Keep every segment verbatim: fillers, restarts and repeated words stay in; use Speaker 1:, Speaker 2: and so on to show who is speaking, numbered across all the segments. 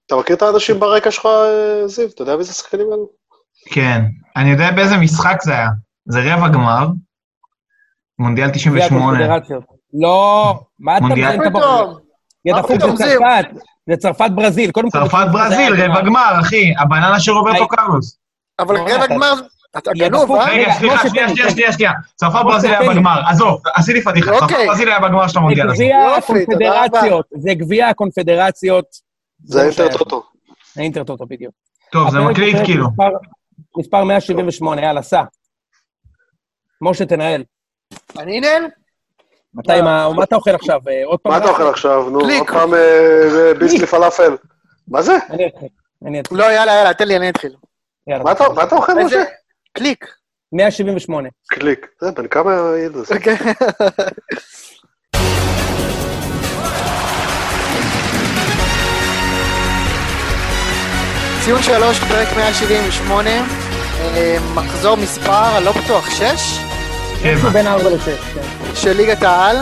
Speaker 1: אתה מכיר את האנשים ברקע שלך, זיו? אתה יודע באיזה שחקנים האלו?
Speaker 2: כן, אני יודע באיזה משחק זה היה. זה רבע גמר, מונדיאל תשעים ושמונה.
Speaker 3: לא, מה אתה
Speaker 2: מונדיאל-
Speaker 3: מזיין את הבחור? יא דפוק, זה צרפת, זה צרפת ברזיל. קודם כל,
Speaker 2: צרפת ברזיל, רבע גמר, אחי, הבננה של רוברטו קרלוס.
Speaker 4: אבל רבע גמר, אתה
Speaker 3: יא
Speaker 4: גנוב,
Speaker 3: דפוק,
Speaker 4: אה?
Speaker 2: רגע, סליחה,
Speaker 3: כמו
Speaker 2: שנייה,
Speaker 3: שתן,
Speaker 2: שנייה,
Speaker 3: כן.
Speaker 2: שנייה, שנייה. צרפת ברזיל היה בגמר, עזוב, עשיתי פדיחה, צרפת
Speaker 4: אוקיי.
Speaker 2: ברזיל היה בגמר של המונדיאל
Speaker 3: זה
Speaker 2: הזה.
Speaker 3: גביע
Speaker 4: יופי, תודה רבה.
Speaker 3: הקונפדרציות, זה גביע הקונפדרציות.
Speaker 1: זה האינטר טוטו.
Speaker 3: האינטר טוטו, בדיוק.
Speaker 2: טוב, זה
Speaker 3: הפרק
Speaker 2: מקליט
Speaker 3: הוא פרק
Speaker 2: כאילו.
Speaker 3: מספר- מספר מאה שבעים ושמונה, יאללה, סע. משה, תנהל.
Speaker 4: אני אנהל?
Speaker 3: מתי, מה מה אתה אוכל עכשיו? אה, עוד פעם?
Speaker 1: מה אתה אוכל עכשיו? נו,
Speaker 4: קליק.
Speaker 1: עוד פעם אה, ביסלי פלאפל. מה זה?
Speaker 3: אני אתחיל. אני אתחיל.
Speaker 4: לא, יאללה, יאללה, תן לי, אני אתחיל.
Speaker 3: יאללה.
Speaker 1: מה אתה- מה אתה אוכל, משה?
Speaker 4: איזה? קליק.
Speaker 3: מאה שבעים ושמונה.
Speaker 1: קליק. זה, בן כמה הילד הזה?
Speaker 4: אוקיי. ציון שלוש, פרק מאה שבעים ושמונה, אה, מחזור מספר, אני לא בטוח, שש,
Speaker 3: איפה בין ארבע לשש, כן.
Speaker 4: של ליגת העל.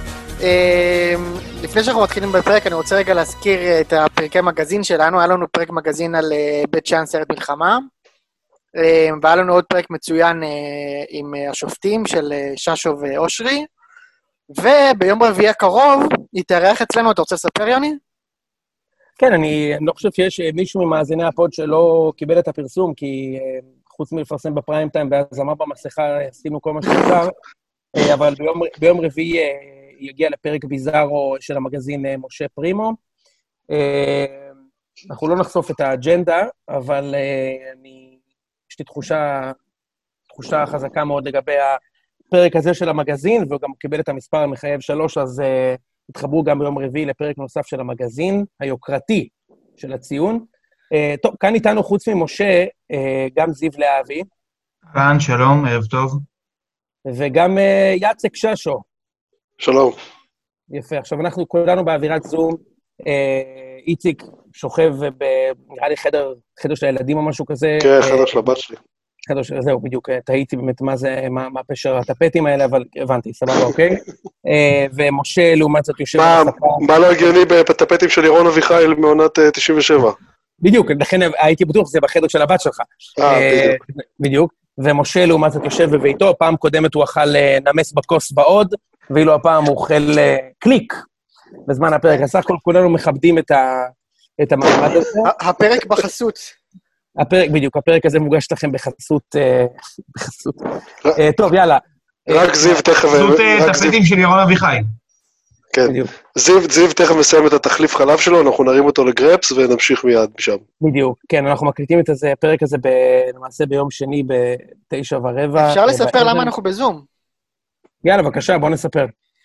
Speaker 4: אה, לפני שאנחנו מתחילים בפרק, אני רוצה רגע להזכיר את הפרקי מגזין שלנו. היה לנו פרק מגזין על אה, בית שאן סרט מלחמה, אה, והיה לנו עוד פרק מצוין אה, עם אה, השופטים של אה, ששו ואושרי, וביום רביעי הקרוב יתארח אצלנו. אתה רוצה לספר, יוני?
Speaker 3: כן, אני אני לא חושב שיש אה, מישהו ממאזיני הפוד שלא קיבל את הפרסום, כי אה, חוץ מלפרסם בפריים טיים והזמה במסכה, עשינו כל מה שאפשר, אה, אבל ביום, ביום רביעי אה, יגיע לפרק ביזארו של המגזין אה, משה פרימו. אה, אנחנו לא נחשוף את האג'נדה, אבל אה, אני, יש לי תחושה, תחושה חזקה מאוד לגבי הפרק הזה של המגזין, והוא גם קיבל את המספר המחייב שלוש, אז אה, התחברו גם ביום רביעי לפרק נוסף של המגזין, היוקרתי של הציון. Uh, טוב, כאן איתנו חוץ ממשה, uh, גם זיו להבי,
Speaker 2: כאן, שלום, ערב טוב.
Speaker 3: וגם uh, יצק ששו.
Speaker 1: שלום.
Speaker 3: יפה, עכשיו אנחנו כולנו באווירת זום, uh, איציק שוכב ב... נראה לי חדר, חדר של הילדים או משהו כזה.
Speaker 1: כן,
Speaker 3: uh,
Speaker 1: חדר של הבת שלי.
Speaker 3: חדר של... זהו, בדיוק, תהיתי באמת מה זה, מה, מה פשר הטפטים האלה, אבל הבנתי, סבבה, אוקיי? Uh, ומשה לעומת זאת יושב
Speaker 1: מה-
Speaker 3: על הספה.
Speaker 1: מה לא הגיוני בטפטים של ירון אביחי מעונת אה, תשעים ושבע?
Speaker 3: בדיוק, לכן הייתי בטוח שזה בחדר של הבת שלך.
Speaker 1: אה,
Speaker 3: אה,
Speaker 1: בדיוק.
Speaker 3: בדיוק. ומשה לעומת זאת יושב בביתו, פעם קודמת הוא אכל אה, נמס בכוס בעוד, ואילו הפעם הוא אוכל אה, קליק בזמן הפרק. אז סך הכל כולנו מכבדים את ה- את המעמד הזה.
Speaker 4: הפרק בחסות.
Speaker 3: הפרק, בדיוק, הפרק הזה מוגש לכם בחסות... אה, בחסות. אה, טוב, יאללה.
Speaker 1: רק זיו תכף...
Speaker 2: זאת אה,
Speaker 1: רק זיו-
Speaker 2: תפקידים של ירון אביחי.
Speaker 1: כן.
Speaker 3: בדיוק,
Speaker 1: זיו, זיו תכף מסיים את התחליף חלב שלו, אנחנו נרים אותו לגרפס ונמשיך מיד משם.
Speaker 3: בדיוק. כן, אנחנו מקליטים את הזה, הפרק הזה ב- למעשה ביום שני בתשע ורבע.
Speaker 4: אפשר
Speaker 3: אה,
Speaker 4: לספר
Speaker 3: בערב.
Speaker 4: למה אנחנו בזום.
Speaker 3: יאללה, בבקשה, בוא נספר.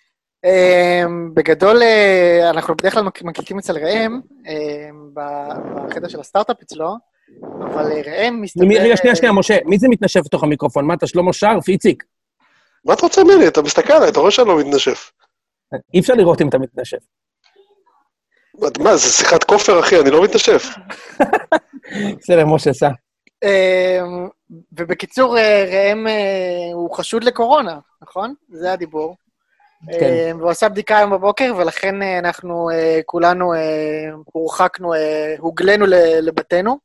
Speaker 4: Um, בגדול, uh, אנחנו בדרך כלל מק- מקליטים אצל ראם, um, ב- בחדר של הסטארט-אפ אצלו, אבל uh, ראם מסתבר...
Speaker 3: מי- רגע, שנייה, שנייה, משה, מי זה מתנשף בתוך המיקרופון? מה, אתה שלמה שרף, איציק?
Speaker 1: מה אתה רוצה ממני? אתה מסתכל עליי, אתה רואה שאני לא מתנשף.
Speaker 3: אי אפשר לראות אם אתה מתנשף.
Speaker 1: מה, זה שיחת כופר, אחי, אני לא מתנשף.
Speaker 3: בסדר, משה, סע.
Speaker 4: Um, ובקיצור, uh, ראם uh, הוא חשוד לקורונה, נכון? זה הדיבור.
Speaker 3: כן.
Speaker 4: Um, והוא עשה בדיקה היום בבוקר, ולכן uh, אנחנו uh, כולנו uh, הורחקנו, uh, הוגלנו ל- לבתינו.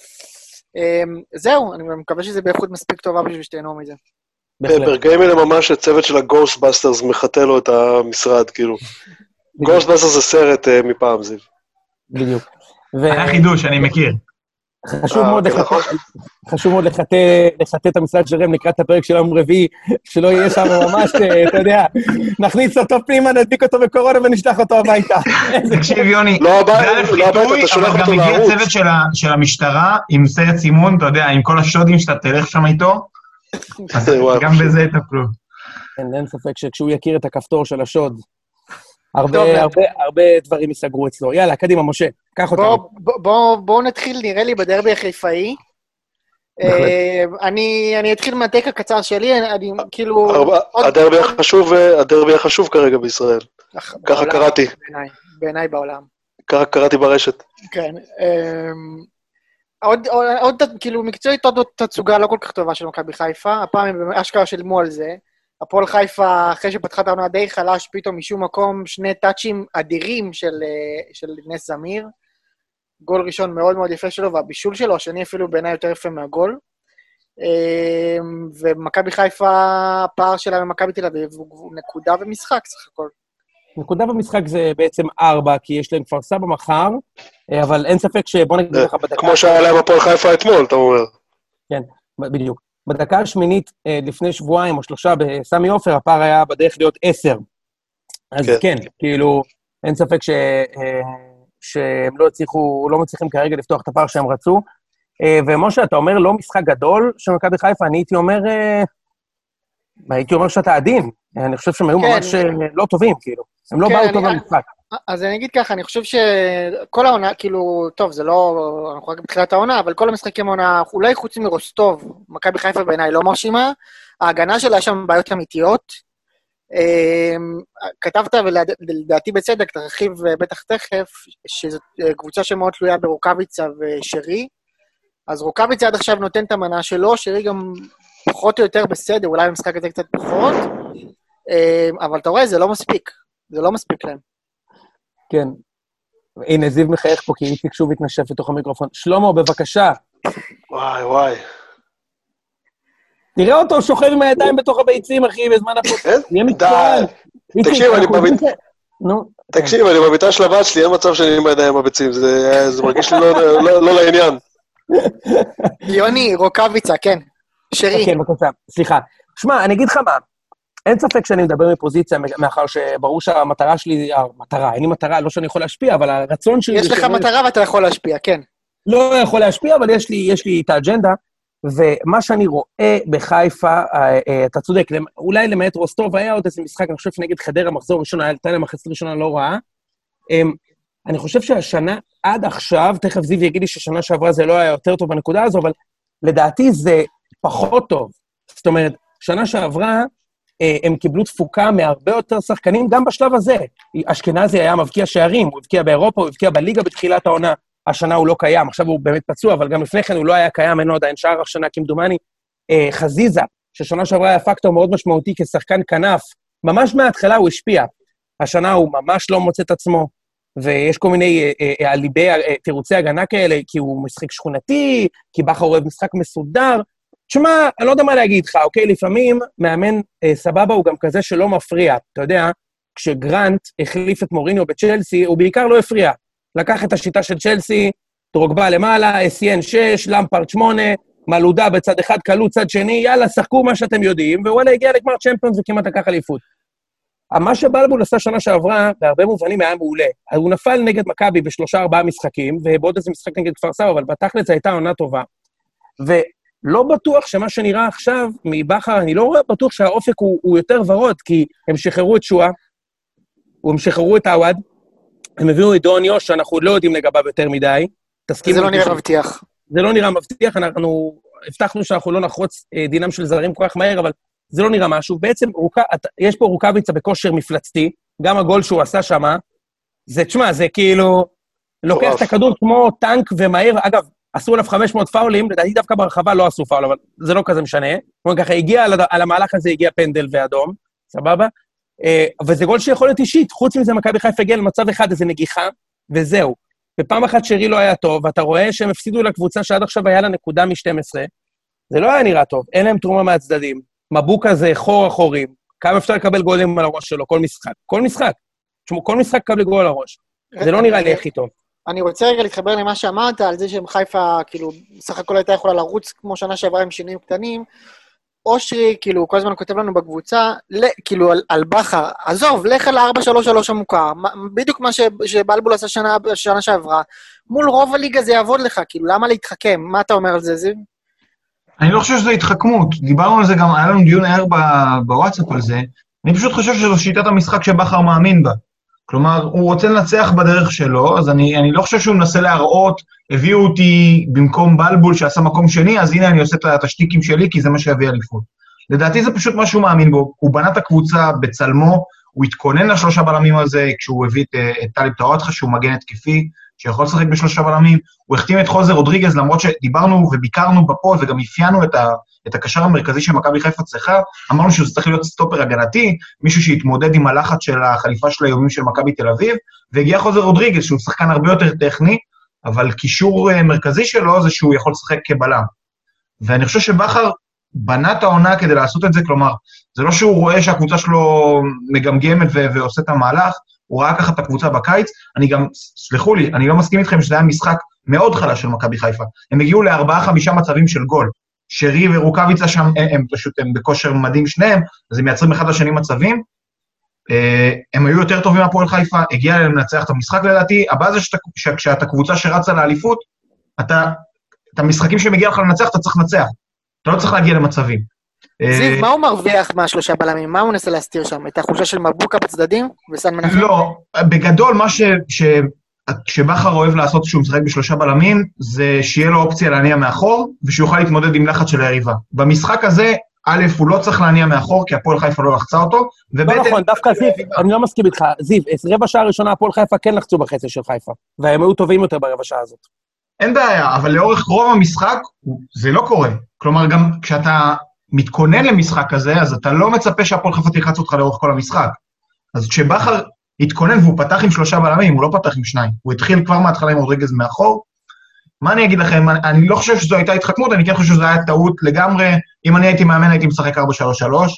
Speaker 4: Um, זהו, אני מקווה שזה באיכות מספיק טובה בשביל שתהנו מזה.
Speaker 3: בהחלט.
Speaker 1: ברגעים אלה ממש הצוות של הגוסטבאסטרס מחטא לו את המשרד, כאילו.
Speaker 3: בדיוק,
Speaker 1: גוסטבאסטרס זה סרט אה, מפעם, זיו.
Speaker 3: בדיוק.
Speaker 2: היה חידוש, אני מכיר.
Speaker 3: וחשוב
Speaker 1: אה,
Speaker 3: מאוד
Speaker 1: כן,
Speaker 3: לחטא-
Speaker 1: נכון.
Speaker 3: חשוב מאוד לחטא לחטא את המשרד של ראם לקראת הפרק של יום רביעי, שלא יהיה שם ממש, אה, אתה יודע, נכניס אותו פנימה, נדביק אותו בקורונה ונשלח אותו הביתה.
Speaker 2: תקשיב, יוני,
Speaker 1: לא
Speaker 2: זה
Speaker 1: הביתה,
Speaker 2: א'
Speaker 1: לא הביתה,
Speaker 2: חיטוי,
Speaker 1: אתה שולח
Speaker 2: אבל גם
Speaker 1: אותו
Speaker 2: הגיע
Speaker 1: לערוץ.
Speaker 2: צוות של ה- של המשטרה עם סרט סימון, אתה יודע, עם כל השודים שאתה תלך שם איתו, אז
Speaker 1: וואו,
Speaker 2: גם
Speaker 1: פשוט.
Speaker 2: בזה יטפלו.
Speaker 3: אין אין ספק שכשהוא יכיר את הכפתור של השוד, הרבה
Speaker 4: טוב,
Speaker 3: הרבה הרבה דברים ייסגרו אצלו. יאללה, קדימה, משה, קח
Speaker 4: בואו
Speaker 3: אותנו.
Speaker 4: בוא, בוא, בוא נתחיל, נראה לי, בדרבי החיפאי.
Speaker 3: בהחלט.
Speaker 4: אה, אני, אני אתחיל מהטייק הקצר שלי, אני, אני כאילו...
Speaker 1: הרבה-
Speaker 4: עוד-
Speaker 1: הדרבי החשוב, אה, הדרבי החשוב כרגע בישראל.
Speaker 4: אך,
Speaker 1: ככה
Speaker 4: בעולם,
Speaker 1: קראתי,
Speaker 4: בעיניי, בעיניי בעולם.
Speaker 1: ככה קראתי ברשת.
Speaker 4: כן. אמ, עוד, עוד, עוד, כאילו, מקצועית עוד תצוגה לא כל כך טובה של מכבי חיפה, הפעם הם אשכרה שילמו על זה. הפועל חיפה, אחרי שפתחה את העונה די חלש, פתאום משום מקום שני טאצ'ים אדירים של, אה, של נס זמיר, גול ראשון מאוד מאוד יפה שלו, והבישול שלו, השני אפילו בעיניי יותר יפה מהגול. ומכבי חיפה, הפער שלה במכבי תל אביב, הוא נקודה במשחק, סך הכל.
Speaker 3: נקודה במשחק זה בעצם ארבע, כי יש להם כפר סבא מחר, אבל אין ספק שבוא נגיד לך בדקה...
Speaker 1: כמו שהיה להם הפועל חיפה אתמול, אתה אומר.
Speaker 3: כן, בדיוק. בדקה השמינית, לפני שבועיים או שלושה בסמי עופר, הפער היה בדרך להיות עשר. אז כן, כאילו, אין ספק ש... שהם לא הצליחו, לא מצליחים כרגע לפתוח את הפער שהם רצו. ומשה, אתה אומר לא משחק גדול של מכבי חיפה, אני הייתי אומר, הייתי אומר שאתה עדין. אני חושב שהם היו ממש לא טובים, כאילו. הם לא באו טוב למשחק.
Speaker 4: אז אני אגיד ככה, אני חושב שכל העונה, כאילו, טוב, זה לא, אנחנו רק בתחילת העונה, אבל כל המשחקים העונה, אולי חוץ מרוסטוב, מכבי חיפה בעיניי לא מרשימה, ההגנה שלה יש שם בעיות אמיתיות. כתבת, ולדעתי בצדק, תרחיב בטח תכף, שזו קבוצה שמאוד תלויה ברוקביצה ושרי, אז רוקביצה עד עכשיו נותן את המנה שלו, שרי גם פחות או יותר בסדר, אולי במשחק הזה קצת פחות, אבל אתה רואה, זה לא מספיק, זה לא מספיק להם.
Speaker 3: כן. הנה, זיו מחייך פה, כי איציק שוב התנשף לתוך המיקרופון. שלמה, בבקשה.
Speaker 1: וואי, וואי.
Speaker 3: תראה אותו שוכב עם הידיים בתוך הביצים, אחי, בזמן הפות.
Speaker 1: די. תקשיב, אני בביצה... תקשיב, אני בביתה של הבת שלי, אין מצב שאני עם הידיים בביצים, זה מרגיש לי לא לעניין.
Speaker 4: יוני, רוקביצה, כן. שרי.
Speaker 3: כן, בבקשה, סליחה. שמע, אני אגיד לך מה, אין ספק שאני מדבר מפוזיציה, מאחר שברור שהמטרה שלי, המטרה, אין לי מטרה, לא שאני יכול להשפיע, אבל הרצון שלי...
Speaker 4: יש לך מטרה ואתה יכול להשפיע, כן.
Speaker 3: לא יכול להשפיע, אבל יש לי, יש לי את האג'נדה, ומה שאני רואה בחיפה, אתה צודק, אולי למעט רוסטוב, היה עוד איזה משחק, אני חושב שנגד חדרה, מחזור ראשון, הייתה להם מחצית ראשונה לא רעה, אני חושב שהשנה עד עכשיו, תכף זיו יגיד לי ששנה שעברה זה לא היה יותר טוב בנקודה הזו, אבל לדעתי זה פחות טוב. זאת אומרת, שנה שעברה, הם קיבלו תפוקה מהרבה יותר שחקנים, גם בשלב הזה. אשכנזי היה מבקיע שערים, הוא הבקיע באירופה, הוא הבקיע בליגה בתחילת העונה, השנה הוא לא קיים, עכשיו הוא באמת פצוע, אבל גם לפני כן הוא לא היה קיים, אין לו עדיין שער השנה כמדומני. חזיזה, ששנה שעברה היה פקטור מאוד משמעותי כשחקן כנף, ממש מההתחלה הוא השפיע. השנה הוא ממש לא מוצא את עצמו, ויש כל מיני עליבי, תירוצי הגנה כאלה, כי הוא משחק שכונתי, כי בכר אוהב משחק מסודר. תשמע, אני לא יודע מה להגיד לך, אוקיי? לפעמים מאמן סבבה הוא גם כזה שלא מפריע. אתה יודע, כשגרנט החליף את מוריניו בצ'לסי, הוא בעיקר לא הפריע. לקח את השיטה של צ'לסי, דרוגבה למעלה, אסיין שש, למפרד שמונה, מלודה בצד אחד, קלו צד שני, יאללה, שחקו מה שאתם יודעים, ווואלה הגיע לגמר צ'מפיונס וכמעט לקח אליפות. מה שבלבול עשה שנה שעברה, בהרבה מובנים היה מעולה. הוא נפל נגד מכבי בשלושה ארבעה משחקים, ובעוד איזה משחק נגד כפר סבא, אבל בתכל'ס הייתה עונה טובה. ולא בטוח שמה שנראה עכשיו מבכר, אני לא בטוח שהאופק הוא, הוא יותר ורוד, כי הם שחררו את שואה, הם שחררו את העווד, הם הביאו את דוניו, שאנחנו לא יודעים לגביו יותר מדי.
Speaker 4: זה לא נראה מבטיח.
Speaker 3: זה לא נראה מבטיח, אנחנו הבטחנו שאנחנו לא נחרוץ דינם של זרים כל כך מהר, אבל זה לא נראה משהו. בעצם רוק... יש פה רוקביצה בכושר מפלצתי, גם הגול שהוא עשה שמה, זה, תשמע, זה כאילו, לוקח את הכדור כמו טנק ומהר, אגב, עשו עליו חמש מאות פאולים, לדעתי דווקא ברחבה לא עשו פאול, אבל זה לא כזה משנה. כמו ככה, הגיע על, על המהלך הזה, הגיע פנדל ואדום, סבבה? וזה גול שיכול להיות אישית, חוץ מזה מכבי חיפה הגיע למצב אחד, איזה נגיחה, וזהו. ופעם אחת שרי לא היה טוב, ואתה רואה שהם הפסידו לקבוצה שעד עכשיו היה לה נקודה מ-שתים עשרה, זה לא היה נראה טוב, אין להם תרומה מהצדדים, מבוקה זה חור אחורים, כמה אפשר לקבל גולים על הראש שלו, כל משחק, כל משחק, תשמעו, כל משחק קבל גול על הראש, זה לא נראה לי הכי טוב.
Speaker 4: אני רוצה רגע להתחבר למה שאמרת, על זה שהם חיפה, כאילו, סך הכל הייתה יכולה לרוץ כמו שנה שעברה עם שינויים קטנים, אושרי, כאילו, כל הזמן כותב לנו בקבוצה, כאילו, על, על בכר, עזוב, לך על ארבע שלוש שלוש המוכר, בדיוק מה שבלבול עשה שנה, שנה שעברה, מול רוב הליגה זה יעבוד לך, כאילו, למה להתחכם? מה אתה אומר על זה, זיו?
Speaker 2: אני לא חושב שזו התחכמות, דיברנו על זה גם, היה לנו דיון ער בוואטסאפ על זה, אני פשוט חושב שזו שיטת המשחק שבכר מאמין בה. כלומר, הוא רוצה לנצח בדרך שלו, אז אני, אני לא חושב שהוא מנסה להראות, הביאו אותי במקום בלבול שעשה מקום שני, אז הנה אני עושה את השטיקים שלי, כי זה מה שהביא אליפות. לדעתי זה פשוט מה שהוא מאמין בו, הוא בנה את הקבוצה בצלמו, הוא התכונן לשלושה בלמים הזה, כשהוא הביא את, את טליב טאואטחה, שהוא מגן התקפי, שיכול לשחק בשלושה בלמים, הוא החתים את חוזה רודריגז, למרות שדיברנו וביקרנו בפוד, וגם אפיינו את, ה, את הקשר המרכזי שמכבי חיפה צריכה, אמרנו שזה צריך להיות סטופר הגנתי, מישהו שיתמודד עם הלחץ של החליפה של היומים של מכבי תל אביב, והגיע חוזה רודריגז, שהוא שחקן הרבה יותר טכני, אבל קישור מרכזי שלו זה שהוא יכול לשחק כבלם. ואני חושב שבחר בנה את העונה כדי לעשות את זה, כלומר, זה לא שהוא רואה שהקבוצה שלו מגמגמת ו- ועושה את המהלך, הוא ראה ככה את הקבוצה בקיץ, אני גם, סלחו לי, אני לא מסכים איתכם שזה היה משחק מאוד חלש של מכבי חיפה, הם הגיעו לארבעה חמישה מצבים של גול, שרי ורוקביצה שם, הם, הם פשוט, הם בכושר מדהים שניהם, אז הם מייצרים אחד לשני מצבים, הם היו יותר טובים מהפועל חיפה, הגיע להם לנצח את המשחק לדעתי, הבא זה שאתה, כשאתה קבוצה שרצה לאליפות, אתה, את המשחקים שמגיע לך לנצח, אתה צריך לנצח, אתה לא צריך להגיע למצבים.
Speaker 4: זיו, מה הוא מרוויח מהשלושה בלמים? מה הוא נסה להסתיר שם? את החולשה של מבוקה בצדדים? וסן מנחם?
Speaker 2: לא, בגדול מה ש... שבחר אוהב לעשות שהוא משחק בשלושה בלמים, זה שיהיה לו אופציה להניע מאחור, ושיוכל להתמודד עם לחץ של היריבה. במשחק הזה, א', הוא לא צריך להניע מאחור, כי הפועל חיפה לא לחצה אותו,
Speaker 3: לא נכון, דווקא זיו, אני לא מסכים איתך, זיו, רבע שעה הראשונה הפועל חיפה כן לחצו בחצי של חיפה, והם היו טובים יותר ברבע שעה הזאת.
Speaker 2: אין בעיה, אבל לאורך רוב המשחק, זה לא קורה. כלומר, גם כשאתה מתכונן למשחק כזה, אז אתה לא מצפה שהפועל חיפה תלחץ אותך לאורך כל המשחק. אז כשבחר התכונן והוא פתח עם שלושה בלמים, הוא לא פתח עם שניים. הוא התחיל כבר מההתחלה עם רודריגז מאחור. מה אני אגיד לכם? אני, אני לא חושב שזו הייתה התחכמות, אני כן חושב שזו הייתה טעות לגמרי. אם אני הייתי מאמן, הייתי משחק ארבע שלוש שלוש.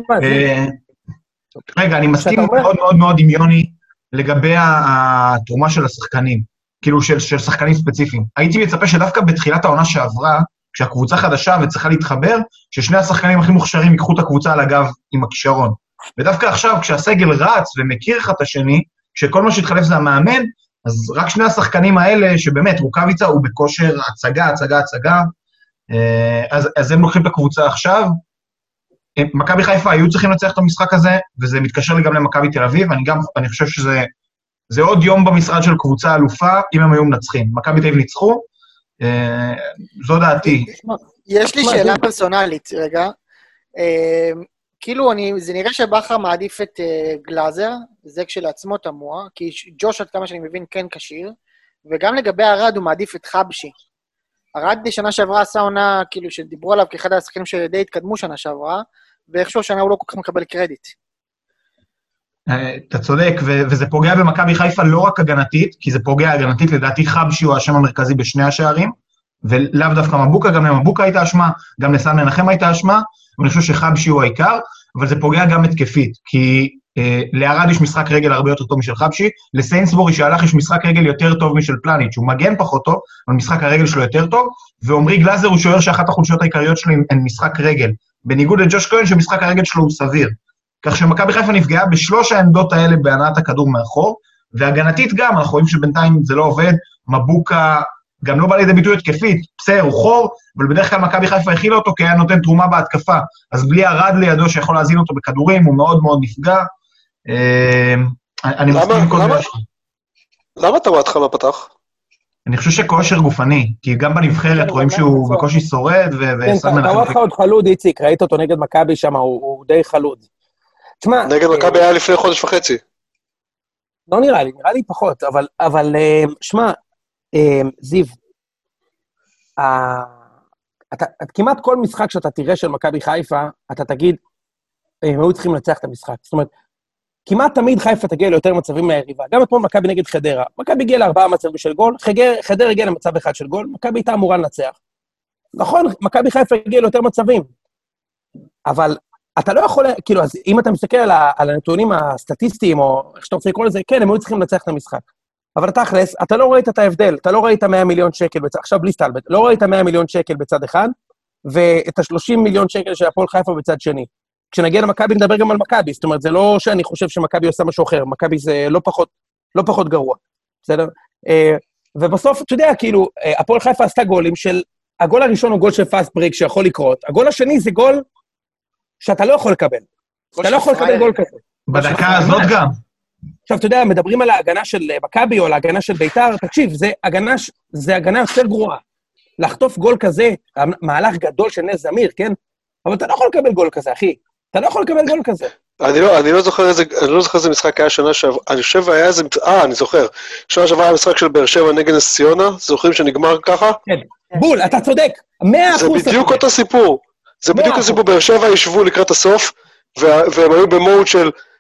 Speaker 2: רגע, אני מסכים מאוד מאוד מאוד עם יוני לגבי התרומה של השחקנים, כאילו של, של שחקנים ספציפיים. הייתי מצפה שדווקא בתחילת העונה שעברה, כשהקבוצה חדשה וצריכה להתחבר, ששני השחקנים הכי מוכשרים ייקחו את הקבוצה על הגב עם הכישרון. ודווקא עכשיו, כשהסגל רץ ומכיר אחד את השני, כשכל מה שהתחלף זה המאמן, אז רק שני השחקנים האלה, שבאמת, רוקביצה הוא בכושר הצגה, הצגה, הצגה, אז, אז הם לוקחים את הקבוצה עכשיו. מכבי חיפה היו צריכים לנצח את המשחק הזה, וזה מתקשר לי גם למכבי תל אביב, אני גם, אני חושב שזה זה עוד יום במשרד של קבוצה אלופה, אם הם היו מנצחים. מכבי תל אביב ניצחו, זו דעתי.
Speaker 4: יש לי שאלה פרסונלית, רגע. כאילו, זה נראה שבחר מעדיף את גלאזר, זה כשלעצמו תמוה, כי ג'וש, עד כמה שאני מבין, כן קשיר, וגם לגבי הרד הוא מעדיף את חבשי. הרד שנה שעברה עשה עונה, כאילו, שדיברו עליו כאחד השחקנים שדי התקדמו שנה שעברה, ואיכשהו שנה הוא לא כל כך מקבל קרדיט.
Speaker 2: אתה צודק, וזה פוגע במכבי חיפה לא רק הגנתית, כי זה פוגע הגנתית, לדעתי חבשי הוא השם המרכזי בשני השערים, ולאו דווקא מבוקה, גם למבוקה הייתה אשמה, גם לסן מנחם הייתה אשמה, ואני חושב שחבשי הוא העיקר, אבל זה פוגע גם התקפית, כי אה, לארד יש משחק רגל הרבה יותר טוב משל חבשי, לסיינסבורי שהלך יש משחק רגל יותר טוב משל פלניץ', הוא מגן פחות טוב, אבל משחק הרגל שלו יותר טוב, ועומרי גלאזר הוא שוער שאחת החולשות העיקריות שלו הן משחק רגל, בניגוד לג'וש כהן שמשחק הרגל שלו הוא סביר. כך שמכבי חיפה נפגעה בשלוש העמדות האלה בהנעת הכדור מאחור, והגנתית גם, אנחנו רואים שבינתיים זה לא עובד, מבוקה גם לא בא לידי ביטוי התקפית, בסדר, הוא חור, אבל בדרך כלל מכבי חיפה הכילה אותו, כי היה נותן תרומה בהתקפה, אז בלי הרד לידו שיכול להזין אותו בכדורים, הוא מאוד מאוד נפגע. אני מסכים עם כל זה.
Speaker 1: למה אתה בהתחלה פתח?
Speaker 2: אני חושב שכושר גופני, כי גם בנבחרת רואים שהוא בקושי שורד, וסן מנחם...
Speaker 3: אתה רואה לך עוד חלוד, איציק, ראית אותו נגד מכבי שם, הוא די חלוד.
Speaker 1: נגד מכבי היה לפני חודש וחצי.
Speaker 3: לא נראה לי, נראה לי פחות, אבל, אבל, שמה, זיו, כמעט כל משחק שאתה תראה של מכבי חיפה, אתה תגיד, הם היו צריכים לנצח את המשחק. זאת אומרת, כמעט תמיד חיפה תגיע ליותר מצבים מהיריבה. גם אתמול מכבי נגד חדרה. מכבי הגיע לארבעה מצבים של גול, חדרה הגיע למצב אחד של גול, מכבי הייתה אמורה לנצח. נכון, מכבי חיפה הגיע ליותר מצבים. אבל אתה לא יכול, כאילו, אז אם אתה מסתכל על, על הנתונים הסטטיסטיים, או איך שאתה רוצה לקרוא לזה, כן, הם היו צריכים לנצח את המשחק. אבל תכלס, אתה לא ראית את ההבדל, אתה לא ראית מאה מיליון שקל, בצד, עכשיו בלי סטלבט, לא ראית מאה מיליון שקל בצד אחד, ואת ה-שלושים מיליון שקל של הפועל חיפה בצד שני. כשנגיע למכבי, נדבר גם על מכבי, זאת אומרת, זה לא שאני חושב שמכבי עושה משהו אחר, מכבי זה לא פחות, לא פחות גרוע, בסדר? ובסוף, אתה יודע, כאילו, הפועל חיפה עשתה גולים של, הגול הראשון הוא גול של פאסט ברייק שיכול לקרות, הגול השני זה גול שאתה לא יכול לקבל. אתה לא יכול לקבל גול כזה.
Speaker 2: בדקה הזאת גם.
Speaker 3: עכשיו, אתה יודע, מדברים על ההגנה של מכבי או על ההגנה של ביתר, תקשיב, זה הגנה, זה הגנה יותר גרועה. לחטוף גול כזה, מהלך גדול של נס זמיר, כן? אבל אתה לא יכול לקבל גול כזה, אחי. אתה לא יכול לקבל גול כזה.
Speaker 1: אני לא, אני לא זוכר איזה, אני לא זוכר איזה משחק היה שנה שעברה, אני חושב היה איזה, אה, אני זוכר. שנה שעברה היה משחק של באר שבע נגד נס ציונה, זוכרים שנגמר ככה?
Speaker 3: כן. בול, אתה צודק. מאה אחוז.
Speaker 1: זה בדיוק אותו סיפור. זה בדיוק הסיפור, באר שבע ישבו לקראת הסוף, והם היו במוד של,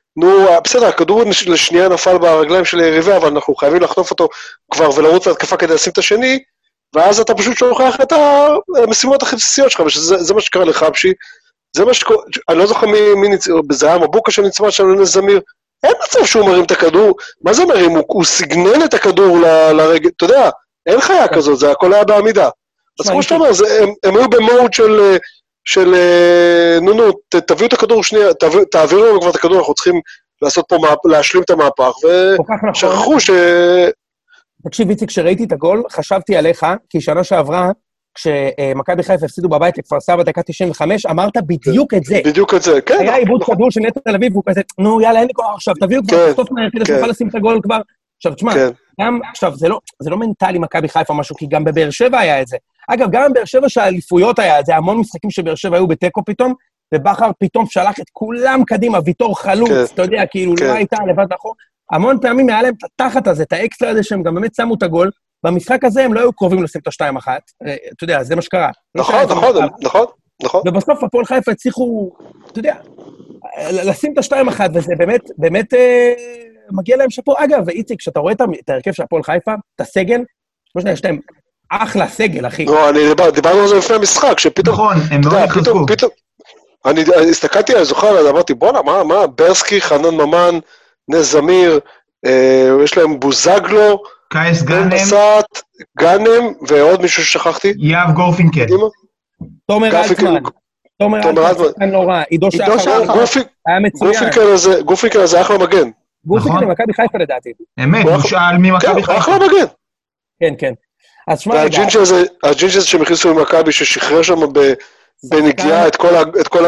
Speaker 1: נו, בסדר, הכדור לשנייה נפל ברגליים של היריבה, אבל אנחנו חייבים לחטוף אותו כבר ולרוץ להתקפה כדי לשים את השני, ואז אתה פשוט שוכח את המשימות הכי בסיסיות שלך, וזה מה שקרה לחבשי, זה מה שקורה, אני לא זוכר מי ניצח, זה היה מבוקה שנצמד שם לנס זמיר, אין מצב שהוא מרים את הכדור, מה זה מרים? הוא סגנן את הכדור לרגל, אתה יודע, אין חיה כזאת, זה הכל היה בעמידה. אז כמו שאתה אומר, הם היו במוד של, של, נו נו, תביאו את הכדור שנייה, תעבירו לנו כבר את הכדור, אנחנו צריכים לעשות פה, להשלים את המהפך, ושכחו ש...
Speaker 3: תקשיב, איציק, כשראיתי את הגול, חשבתי עליך, כי שנה שעברה, כשמכבי חיפה הפסידו בבית לכפר סבא דקה תשעים וחמש, אמרת בדיוק את זה.
Speaker 1: בדיוק את זה, כן.
Speaker 3: היה עיבוד כדור של נטע תל אביב, והוא כזה, נו יאללה, אין לי כוח עכשיו, תביאו כבר, תסוף מהר, כדי שנוכל לשים את הגול כבר. עכשיו, תשמע, גם, עכשיו, זה לא מנטלי מכבי חיפה משהו, כי גם בבאר שבע היה את זה. אגב, גם בבאר שבע שהאליפויות היה את זה, המון משחקים שבאר שבע היו בטקו פתאום, ובחר פתאום שלח את כולם קדימה, ויתור חלוץ, אתה יודע, כאילו, לא הייתה לבד מאחור. המון פעמים היה להם את התחת הזה, את האקסטרה הזה, שהם גם באמת שמו את הגול. במשחק הזה הם לא היו קרובים לשים את השתיים אחת. אתה יודע, זה מה שקרה.
Speaker 1: נכון, נכון, נכון, נכון.
Speaker 3: ובסוף הפועל חיפה הצליחו, אתה יודע, לשים את השתיים אחת, וזה באמת, באמת מגיע להם שפה. אגב, ואיציק, כשאתה רואה את ההרכב של הפועל חיפה, את הסגל, כמו שאני, יש להם אחלה סגל, אחי.
Speaker 1: לא, אני דיברנו על זה לפני המשחק, שפתאום...
Speaker 2: נכון, הם לא יחזקו.
Speaker 1: אני הסתכלתי על זוכר, אמרתי, בוא'נה, מה, ברסקי, חנן ממן, נס זמיר, יש להם בוזגלו,
Speaker 2: קייס גנם,
Speaker 1: בסט, גנם, ועוד מישהו ששכחתי.
Speaker 2: יאב גורפינקל.
Speaker 3: תומר אלטמן. תומר אלטמן, שחקן לא רע. עידו שחר. היה מצוין.
Speaker 1: גורפינקל הזה אחלה מגן.
Speaker 3: גורפינקל ממכבי חיפה לדעתי.
Speaker 2: אמת, הוא שאל ממכבי חיפה.
Speaker 1: כן, אחלה מגן.
Speaker 3: כן, כן. אז שמע...
Speaker 1: והג'ינג' הזה שהם הכניסו ממכבי, ששחרר שם בנגיעה את כל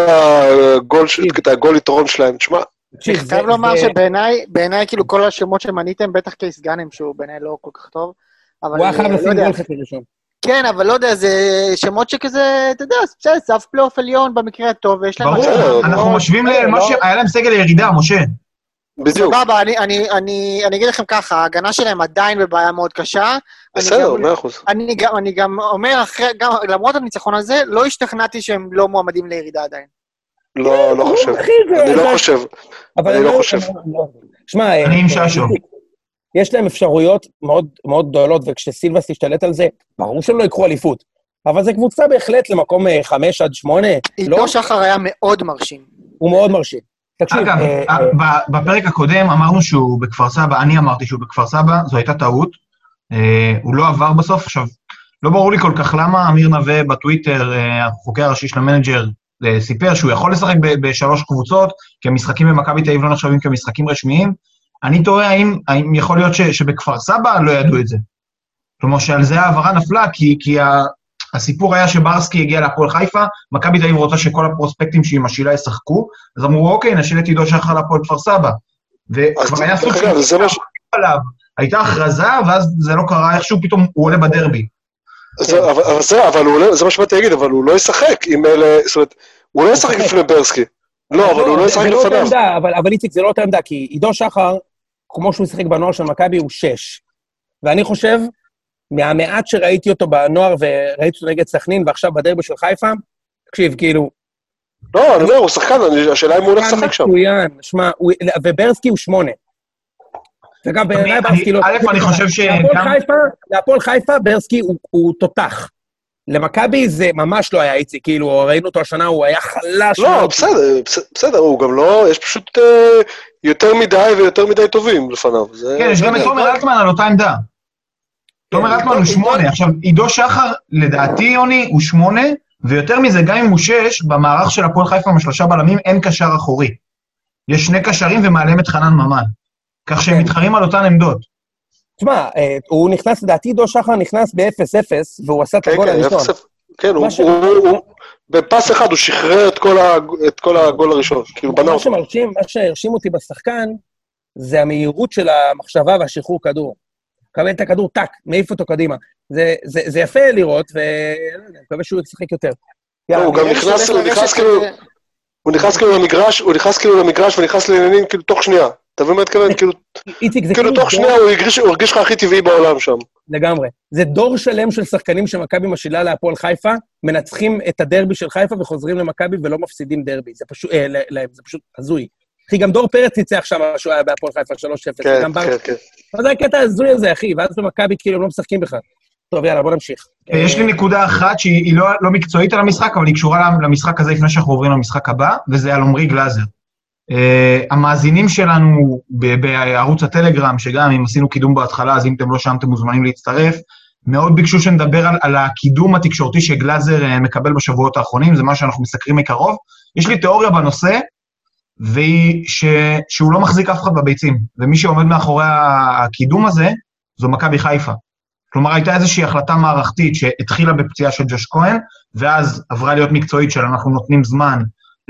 Speaker 1: הגול יתרון שלהם. תשמע,
Speaker 4: אני חייב לומר שבעיניי, בעיניי כאילו כל השמות שמניתם, בטח קייס גאנם, שהוא בעיניי לא כל כך טוב, אבל...
Speaker 3: הוא היה חייב לשים גול חצי ראשון.
Speaker 4: כן, אבל לא יודע, זה שמות שכזה, אתה יודע, בסדר, סף פלייאוף עליון במקרה הטוב, ויש להם...
Speaker 2: ברור, אנחנו משווים למה שהיה להם סגל לירידה, משה.
Speaker 1: בדיוק.
Speaker 4: סבבה, אני אגיד לכם ככה, ההגנה שלהם עדיין בבעיה מאוד קשה.
Speaker 1: בסדר, מאה אחוז.
Speaker 4: אני גם אומר, למרות הניצחון הזה, לא השתכנעתי שהם לא מועמדים לירידה עדיין.
Speaker 1: לא, לא חושב. אני לא חושב. אני לא חושב.
Speaker 3: שמע,
Speaker 2: אני עם ששו.
Speaker 3: יש להם אפשרויות מאוד מאוד גדולות, וכשסילבס תשתלט על זה, ברור שהם לא יקחו אליפות. אבל זו קבוצה בהחלט למקום חמש עד שמונה.
Speaker 4: עידו שחר היה מאוד מרשים.
Speaker 3: הוא מאוד מרשים.
Speaker 2: אגב, בפרק הקודם אמרנו שהוא בכפר סבא, אני אמרתי שהוא בכפר סבא, זו הייתה טעות. הוא לא עבר בסוף. עכשיו, לא ברור לי כל כך למה אמיר נווה בטוויטר, החוקר הראשי של המנג'ר, סיפר שהוא יכול לשחק בשלוש קבוצות, כי המשחקים במכבי תל אביב לא נחשבים כמשחקים רשמיים. אני תוהה האם, האם יכול להיות ש, שבכפר סבא לא ידעו את זה. כלומר שעל זה העברה נפלה, כי, כי ה, הסיפור היה שברסקי הגיע להפועל חיפה, מכבי תל אביב רוצה שכל הפרוספקטים שהיא משילה ישחקו, אז אמרו, אוקיי, נשיל את עידו שחר להפועל כפר סבא. וכבר היה סוג של עליו, הייתה הכרזה, ואז זה לא קרה, איכשהו פתאום הוא עולה בדרבי.
Speaker 1: זה, אבל זה, אבל הוא עולה, זה מה שבאתי להגיד, אבל הוא לא ישחק עם אלה, זאת אומרת, הוא לא ישחק לפני ברסקי. לא, אבל הוא לא ישחק לפניו.
Speaker 3: אבל איציק, זה לא אותה עמדה, כי עידו שחר, כמו שהוא ישחק בנוער של מכבי, הוא שש. ואני חושב, מהמעט שראיתי אותו בנוער, וראיתי אותו נגד סכנין, ועכשיו בדרבי של חיפה, תקשיב, כאילו...
Speaker 1: לא, אני אומר, הוא שחקן, השאלה אם הוא הולך לשחק שם.
Speaker 3: שמע, וברסקי הוא שמונה. וגם בעיניי ברסקי לא...
Speaker 2: א', אני חושב ש...
Speaker 3: להפועל חיפה, ברסקי הוא תותח. למכבי זה ממש לא היה איצי, כאילו, ראינו אותו השנה, הוא היה חלש.
Speaker 1: לא, בסדר, בסדר, הוא גם לא, יש פשוט יותר מדי ויותר מדי טובים לפניו.
Speaker 2: כן, יש גם את תומר אלטמן על אותה עמדה. תומר אלטמן הוא שמונה, עכשיו, עידו שחר, לדעתי, יוני, הוא שמונה, ויותר מזה, גם אם הוא שש, במערך של הפועל חיפה עם השלושה בלמים, אין קשר אחורי. יש שני קשרים ומעליהם את חנן ממן. כך שהם מתחרים על אותן עמדות.
Speaker 3: תשמע, הוא נכנס, לדעתי עידו שחר נכנס ב-אפס אפס, והוא עשה את הגול הראשון.
Speaker 1: כן, הוא בפס אחד, הוא שחרר את כל הגול הראשון, כאילו בנה אותו. מה
Speaker 3: שהרשים אותי בשחקן, זה המהירות של המחשבה והשחרור כדור. קבל את הכדור, טק, מעיף אותו קדימה. זה יפה לראות, ואני מקווה שהוא ישחק יותר.
Speaker 1: הוא גם נכנס כאילו, הוא נכנס כאילו למגרש, הוא נכנס כאילו למגרש ונכנס לעניינים כאילו תוך שנייה. אתה באמת מתכוון, כאילו תוך שנייה הוא הרגיש לך הכי טבעי בעולם שם.
Speaker 3: לגמרי. זה דור שלם של שחקנים שמכבי משילה להפועל חיפה, מנצחים את הדרבי של חיפה וחוזרים למכבי ולא מפסידים דרבי. זה פשוט, זה פשוט הזוי. אחי, גם דור פרץ ניצח שם שהוא היה בהפועל חיפה שלוש אפס.
Speaker 1: כן, כן, כן.
Speaker 3: מה זה הקטע הזוי הזה, אחי? ואז במכבי כאילו הם לא משחקים בכלל. טוב, יאללה, בוא נמשיך.
Speaker 2: יש לי נקודה אחת שהיא לא, לא מקצועית על המשחק, אבל היא קשורה למשחק הזה לפני שאנחנו עוברים למשחק הבא, וזה על עומרי גלאזר. Uh, המאזינים שלנו בערוץ הטלגרם, שגם אם עשינו קידום בהתחלה, אז אם אתם לא שם, אתם מוזמנים להצטרף, מאוד ביקשו שנדבר על, על הקידום התקשורתי שגלאזר uh, מקבל בשבועות האחרונים, זה מה שאנחנו מסקרים מקרוב. יש לי תיאוריה בנושא, והיא ש, שהוא לא מחזיק אף אחד בביצים, ומי שעומד מאחורי הקידום הזה, זו מכבי חיפה. כלומר, הייתה איזושהי החלטה מערכתית שהתחילה בפציעה של ג'וש כהן, ואז עברה להיות מקצועית של אנחנו נותנים זמן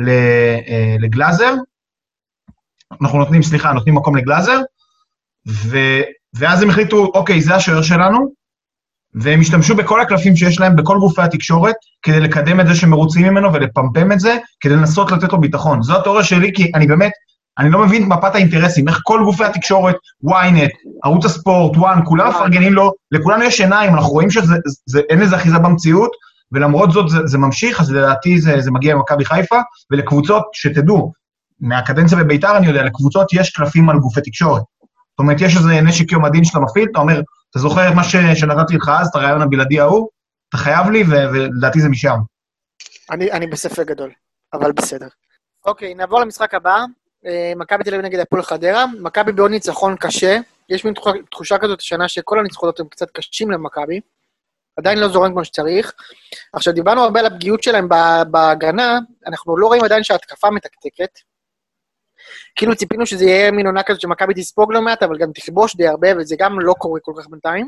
Speaker 2: לגלאזר, אנחנו נותנים, סליחה, נותנים מקום לגלאזר, ו, ואז הם החליטו, אוקיי, זה השוער שלנו, והם השתמשו בכל הקלפים שיש להם, בכל גופי התקשורת, כדי לקדם את זה שמרוצים ממנו ולפמפם את זה, כדי לנסות לתת לו ביטחון. זו התיאוריה שלי, כי אני באמת, אני לא מבין את מפת האינטרסים, איך כל גופי התקשורת, וויינט, ערוץ הספורט, וואן, כולם מפרגנים לו, לכולנו יש עיניים, אנחנו רואים שאין לזה אחיזה במציאות, ולמרות זאת זה, זה ממשיך, אז לדעתי זה, זה מגיע למכבי חיפה, ולקבוצות שתדעו, מהקדנציה בביתר אני יודע, לקבוצות יש קלפים על גופי תקשורת. זאת אומרת, יש איזה נשק יום הדין שאתה מפעיל, אתה אומר, אתה זוכר את מה ש, שנתתי לך אז, את הרעיון הבלעדי ההוא, אתה חייב לי, ו, ולדעתי זה משם. אני,
Speaker 4: אני בספק גדול, אבל בסדר. אוקיי, נעבור למשחק הבא. מכבי תל אביב נגד הפועל חדרה, מכבי בעוד ניצחון קשה, יש מין תחושה כזאת השנה שכל הניצחונות הם קצת קשים למכבי, עדיין לא זורם כמו שצריך. עכשיו, דיברנו הרבה על הפגיעות שלהם בהגנה, אנחנו לא רואים עדיין שההתקפה מתקתקת, כאילו ציפינו שזה יהיה מין עונה כזאת שמכבי תספוג לא מעט, אבל גם תכבוש די הרבה, וזה גם לא קורה כל כך בינתיים.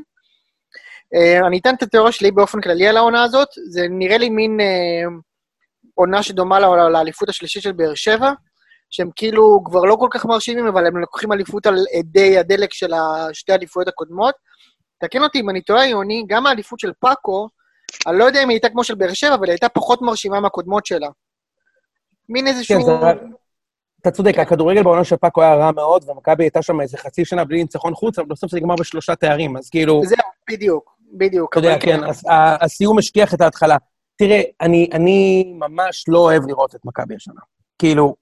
Speaker 4: אני אתן את התיאוריה שלי באופן כללי על העונה הזאת, זה נראה לי מין עונה שדומה לאליפות השלישית של באר שבע, שהם כאילו כבר לא כל כך מרשימים, אבל הם לקוחים אליפות על עדי הדלק של שתי האליפויות הקודמות. תקן אותי אם אני טועה, יוני, גם האליפות של פאקו, אני לא יודע אם היא הייתה כמו של באר שבע, אבל היא הייתה פחות מרשימה מהקודמות שלה. מין איזשהו...
Speaker 3: כן, אתה צודק, הכדורגל בעונה של פאקו היה רע מאוד, ומכבי הייתה שם איזה חצי שנה בלי ניצחון חוץ, אבל בסוף זה נגמר בשלושה תארים, אז כאילו...
Speaker 4: זהו, בדיוק, בדיוק.
Speaker 3: אתה יודע, כן, הסיום משכיח את ההתחלה. תראה, אני ממש לא אוהב לראות את מכבי השנה. כאילו,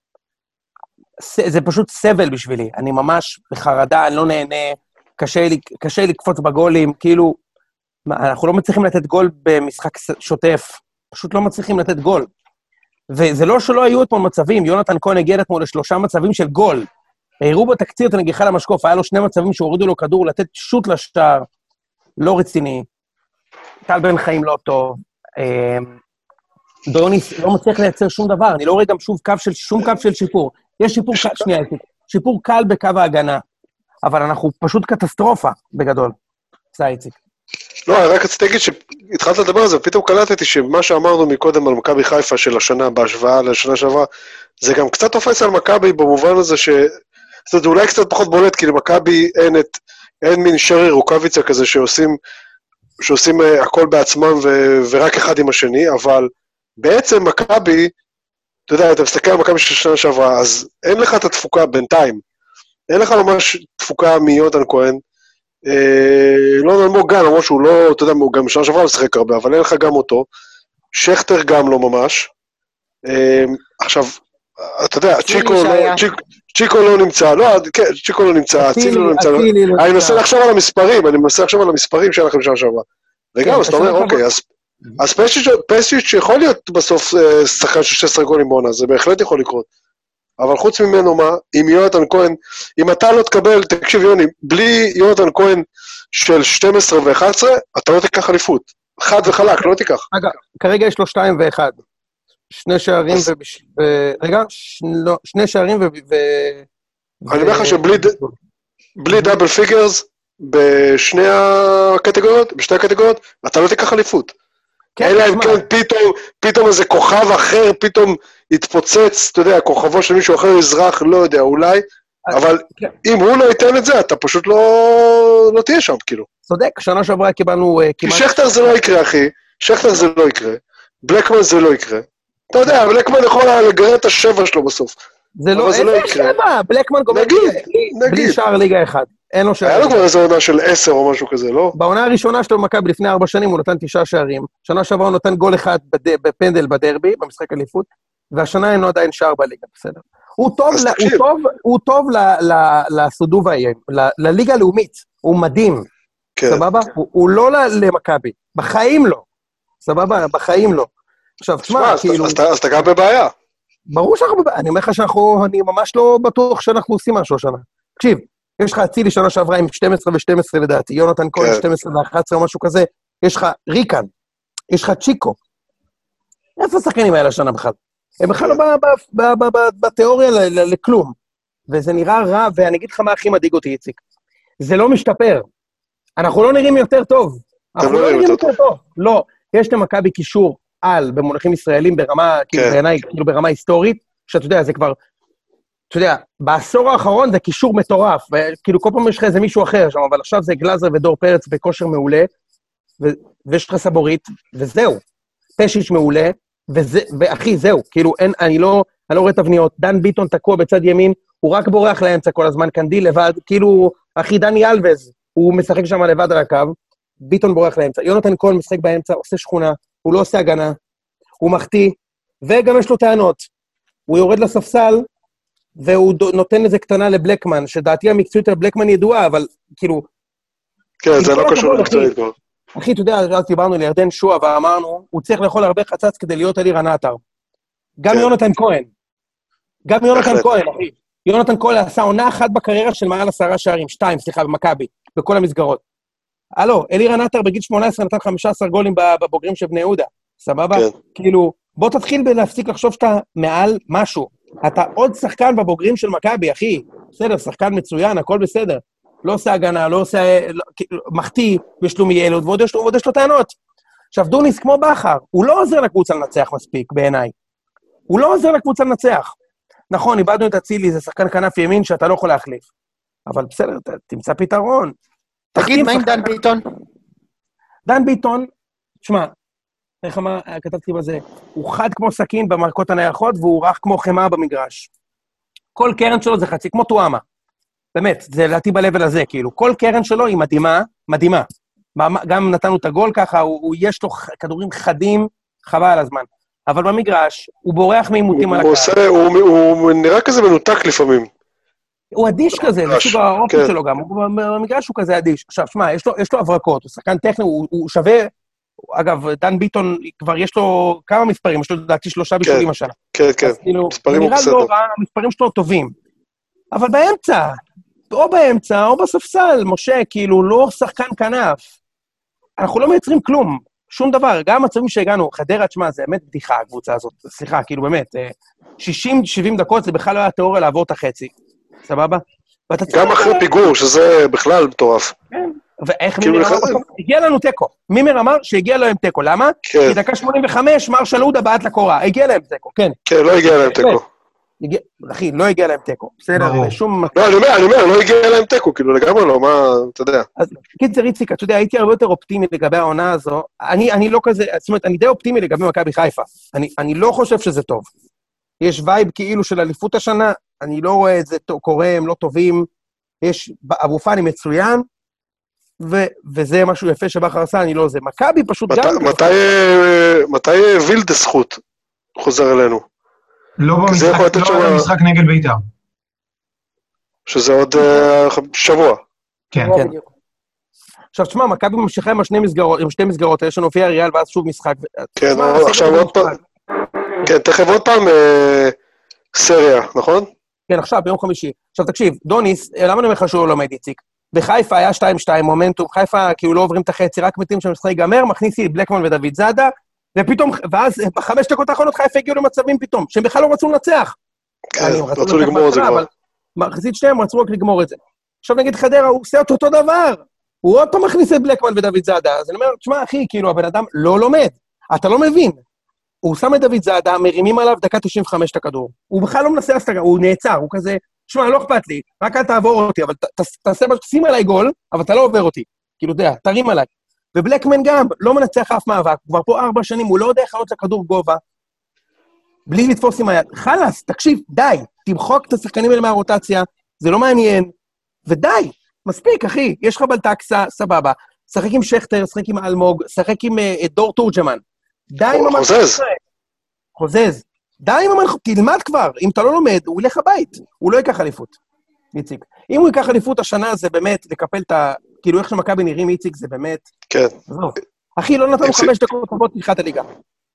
Speaker 3: זה פשוט סבל בשבילי, אני ממש בחרדה, אני לא נהנה, קשה לי, קשה לי לקפוץ בגולים, כאילו, אנחנו לא מצליחים לתת גול במשחק שוטף, פשוט לא מצליחים לתת גול. וזה לא שלא היו אתמול מצבים, יונתן כהן הגיע אתמול לשלושה מצבים של גול, הראו בו תקציר את הנגיחה למשקוף, היה לו שני מצבים שהורידו לו כדור, לתת שוט לשער, לא רציני, טל בן חיים לא טוב, דוניס לא מצליח לייצר שום דבר, אני לא רואה גם שוב קו של, שום קו של שיפור, יש שיפור, שנייה, שיפור קל בקו ההגנה, אבל אנחנו פשוט קטסטרופה בגדול, זה איציק.
Speaker 1: לא, אני רק רציתי להגיד שהתחלת לדבר על זה, ופתאום קלטתי שמה שאמרנו מקודם על מכבי חיפה של השנה, בהשוואה לשנה שעברה, זה גם קצת תופס על מכבי במובן הזה ש... זה אולי קצת פחות בולט, כי למכבי אין את... אין מין שרי רוקביצה כזה שעושים, שעושים הכל בעצמם ו... ורק אחד עם השני, אבל בעצם מכבי, אתה יודע, אתה מסתכל על מכבי של שנה שעברה, אז אין לך את התפוקה בינתיים, אין לך ממש תפוקה מיונתן כהן, אה, לא נלמוג גן, למרות שהוא לא, אתה יודע, הוא גם שנה שעברה משחק הרבה, אבל אין לך גם אותו, שכטר גם לא ממש, אה, עכשיו, אתה יודע, צ'יקו לא, צ'יק, צ'יקו לא נמצא, לא, כן, צ'יקו לא נמצא, אצילי לא נמצא, אני מנסה לחשוב על המספרים, אני מנסה לחשוב על המספרים שלכם שנה שעברה, וגם, אז אתה אומר, אוקיי, אז אז פסיץ' שיכול להיות בסוף שחקן של שש עשרה גולים בעונה, זה בהחלט יכול לקרות. אבל חוץ ממנו מה, אם יונתן כהן, אם אתה לא תקבל, תקשיב יוני, בלי יונתן כהן של שתים עשרה ו-אחת עשרה, אתה לא תיקח אליפות. חד וחלק, לא תיקח.
Speaker 3: רגע, כרגע יש לו שתיים ואחד. שני שערים ו... רגע, שני שערים ו...
Speaker 1: אני אומר לך שבלי דאבל פיגרס, בשני הקטגוריות, בשתי הקטגוריות, אתה לא תיקח אליפות. אלא אם כן פתאום, פתאום איזה כוכב אחר, פתאום יתפוצץ, אתה יודע, כוכבו של מישהו אחר יזרח, לא יודע, אולי, אבל אם הוא לא ייתן את זה, אתה פשוט לא תהיה שם, כאילו.
Speaker 3: צודק, שנה שעברה קיבלנו...
Speaker 1: כי שכטר זה לא יקרה, אחי, שכטר זה לא יקרה, בלקמן זה לא יקרה. אתה יודע, בלקמן יכול לגרד את השבע שלו בסוף.
Speaker 3: זה לא, איזה שבע, בלקמן גומר בלי שער ליגה אחד. אין לו שער.
Speaker 1: היה לו כבר איזו עונה של עשר או משהו כזה, לא?
Speaker 3: בעונה הראשונה שלו במכבי לפני ארבע שנים, הוא נתן תשעה שערים. שנה שעברה הוא נתן גול אחד בפנדל בדרבי, במשחק אליפות, והשנה אין לו עדיין שער בליגה, בסדר. הוא טוב, ל, הוא טוב, הוא טוב ל, ל, לסודוב העיין, ל, לליגה הלאומית, הוא מדהים, כן. סבבה? הוא, הוא לא למכבי, בחיים לא, סבבה? בחיים לא. עכשיו, תשמע, כאילו...
Speaker 1: אז, אז אתה גם בבעיה.
Speaker 3: ברור שאנחנו בבעיה, אני אומר לך שאנחנו, אני ממש לא בטוח שאנחנו עושים משהו השנה. תקשיב, יש לך אצילי שנה שעברה עם שתים עשרה ו-שתים עשרה לדעתי, יונתן כהן כן. שתים עשרה ו-אחת עשרה או משהו כזה, יש לך ריקן, יש לך צ'יקו. איפה השחקנים האלה השנה בכלל? הם בכלל לא בתיאוריה לכלום. וזה נראה רע, ואני אגיד לך מה הכי מדאיג אותי, איציק. זה לא משתפר. אנחנו לא נראים יותר טוב. אנחנו לא נראים יותר טוב. לא. יש למכבי קישור על, במונחים ישראלים, ברמה, כאילו בעיניי, כאילו ברמה היסטורית, שאתה יודע, זה כבר, אתה יודע, בעשור האחרון זה קישור מטורף, וכאילו כל פעם יש לך איזה מישהו אחר שם, אבל עכשיו זה גלאזר ודור פרץ בכושר מעולה, ויש לך סבורית, וזהו. פשיץ' מעולה, וזה, ואחי, זהו, כאילו, אין, אני לא, אני לא רואה תבניות, דן ביטון תקוע בצד ימין, הוא רק בורח לאמצע כל הזמן, קנדיל לבד, כאילו, אחי, דני אלבז, הוא משחק שם לבד על הקו, ביטון בורח לאמצע, יונתן כהן משחק באמצע, עושה שכונה, הוא לא עושה הגנה, הוא מחטיא, וגם יש לו טענות, הוא יורד לספסל, והוא נותן איזה קטנה לבלקמן, שדעתי המקצועית על בלקמן ידועה, אבל כאילו...
Speaker 1: כן, זה לא קשור למקצועית כבר.
Speaker 3: אחי, אתה יודע, אז דיברנו לירדן שועה, ואמרנו, הוא צריך לאכול הרבה חצץ כדי להיות אלירן עטר. גם יונתן כהן. גם יונתן כהן, אחי. יונתן כהן עשה עונה אחת בקריירה של מעל עשרה שערים, שתיים, סליחה, במכבי, בכל המסגרות. הלו, אלירן עטר בגיל שמונה עשרה נתן חמישה עשר גולים בבוגרים של בני יהודה. סבבה? כאילו, בוא תתחיל בלהפסיק לחשוב שאתה מעל משהו. אתה עוד שחקן בבוגרים של מכבי, אחי. בסדר, שחקן מצוין, הכל בסדר. לא עושה הגנה, לא עושה, לא, מחטיא, יש לו מילוד, ועוד יש לו, ועוד יש לו טענות. עכשיו, דוניס, כמו בחר, הוא לא עוזר לקבוצה לנצח מספיק, בעיניי. הוא לא עוזר לקבוצה לנצח. נכון, איבדנו את הצילי, זה שחקן כנף ימין שאתה לא יכול להחליף. אבל בסדר, ת, תמצא פתרון.
Speaker 4: תגיד, מה עם דן ביטון?
Speaker 3: דן ביטון, תשמע, איך אמר, כתבתי בזה, הוא חד כמו סכין במרקות הנייחות, והוא רך כמו חמה במגרש. כל קרן שלו זה חצי, כמו טועמה. באמת, זה לדעתי בלבל הזה, כאילו, כל קרן שלו היא מדהימה, מדהימה. גם נתנו את הגול ככה, הוא, הוא יש לו כדורים חדים, חבל על הזמן. אבל במגרש, הוא בורח מעימותים על הקהל.
Speaker 1: עושה, הוא, הוא נראה כזה מנותק לפעמים.
Speaker 3: הוא אדיש כזה, זה סוג האופן כן. שלו גם, הוא, במגרש הוא כזה אדיש. עכשיו, שמע, יש לו, יש לו הברקות, הוא שחקן טכני, הוא, הוא שווה, אגב, דן ביטון, כבר יש לו כמה מספרים, יש לו לדעתי שלושה בישולים השנה.
Speaker 1: כן, כן,
Speaker 3: כאילו, מספרים הוא בסדר. לא רע, המספרים שלו טובים. אבל באמצע, או באמצע, או בספסל, משה, כאילו, לא שחקן כנף. אנחנו לא מייצרים כלום, שום דבר. גם המצבים שהגענו, חדרה, תשמע, זה באמת בדיחה, הקבוצה הזאת. סליחה, כאילו, באמת, שישים שבעים דקות, זה בכלל לא היה תיאוריה לעבור את החצי. סבבה?
Speaker 1: גם אחרי פיגור, שזה בכלל מטורף.
Speaker 3: כן. ואיך מימר אמר בסוף? הגיע לנו טקו. מימר אמר שהגיע להם טקו. למה? כי דקה שמונים וחמש, מרשל הודה בעט לקורה. הגיע להם טקו, כן. כן,
Speaker 1: לא הגיע להם טקו.
Speaker 3: אחי, לא הגיע להם טקו. בסדר, שום...
Speaker 1: לא, אני אומר, אני אומר, לא הגיע להם טקו, כאילו לגמרי לא, מה, אתה יודע.
Speaker 3: אז קיצר איציק, אתה יודע, הייתי הרבה יותר אופטימי לגבי העונה הזו. אני לא כזה, זאת אומרת, אני די אופטימי לגבי מכבי חיפה. אני לא חושב שזה טוב. יש וייב כאילו של אליפות השנה, אני לא רואה את זה קורה, הם לא טובים. יש אבו פאני מצוין, וזה משהו יפה שבחר עשה, אני לא זה. מכבי פשוט גם...
Speaker 1: מתי וילדס זכות חוזר אלינו?
Speaker 2: לא במשחק נגד בית"ר.
Speaker 1: שזה עוד שבוע.
Speaker 2: כן.
Speaker 3: עכשיו, תשמע, מכבי ממשיכה עם שתי מסגרות, יש לנו פי אריאל ואז שוב משחק.
Speaker 1: כן, עכשיו עוד פעם... כן, תכף עוד פעם סריה, נכון?
Speaker 3: כן, עכשיו, ביום חמישי. עכשיו, תקשיב, דוניס, למה אני אומר לך שהוא לומד, איציק? בחיפה היה שתיים שתיים, מומנטום, חיפה כאילו לא עוברים את החצי, רק מתים שהמשחק ייגמר, מכניסי בלקמן ודוד זאדה, ופתאום, ואז בחמש דקות האחרונות חיפה הגיעו למצבים פתאום, שהם בכלל לא רצו לנצח.
Speaker 1: כן, רצו לגמור את זה כבר.
Speaker 3: מחצית שניהם רצו רק לגמור את זה. עכשיו נגיד חדרה, הוא עושה אותו דבר, הוא עוד פעם מכניס את בלקמן ודוד זאדה, אז אני אומר, תשמע אחי, כאילו הבן אדם לא לומד, אתה לא מבין. הוא שם את דוד זאדה, מרימים עליו דקה תשעים וחמש את הכדור. הוא בכלל לא מנסה להסתגר, הוא נעצר, הוא כזה, תשמע, לא אכפת לי, רק אל תעבור אותי, אבל תעשה, שים עליי גול, אבל אתה לא עובר אותי. כאילו, אתה יודע, תרים עליי. ובלקמן גם לא מנצח אף מאבק, כבר פה ארבע שנים, הוא לא יודע איך לעלות לכדור גובה, בלי לתפוס עם היד. חלאס, תקשיב, די, תמחוק את השחקנים האלה מהרוטציה, זה לא מעניין, ודי, מספיק, אחי, יש לך בלטקסה, סבבה, שחק עם שכטר, שחק עם אלמוג, שחק עם uh, דור תורג'מן. די ממש.
Speaker 1: חוזז.
Speaker 3: חוזז. די עם המנחות, תלמד כבר, אם אתה לא לומד, הוא ילך הבית, הוא לא ייקח אליפות, איציק. אם הוא ייקח אליפות השנה, זה באמת לקפל את ה... כאילו איך שמכבי נראים איציק, זה באמת...
Speaker 1: כן.
Speaker 3: עזוב. אחי, לא נתנו חמש דקות טובות פתיחת הליגה.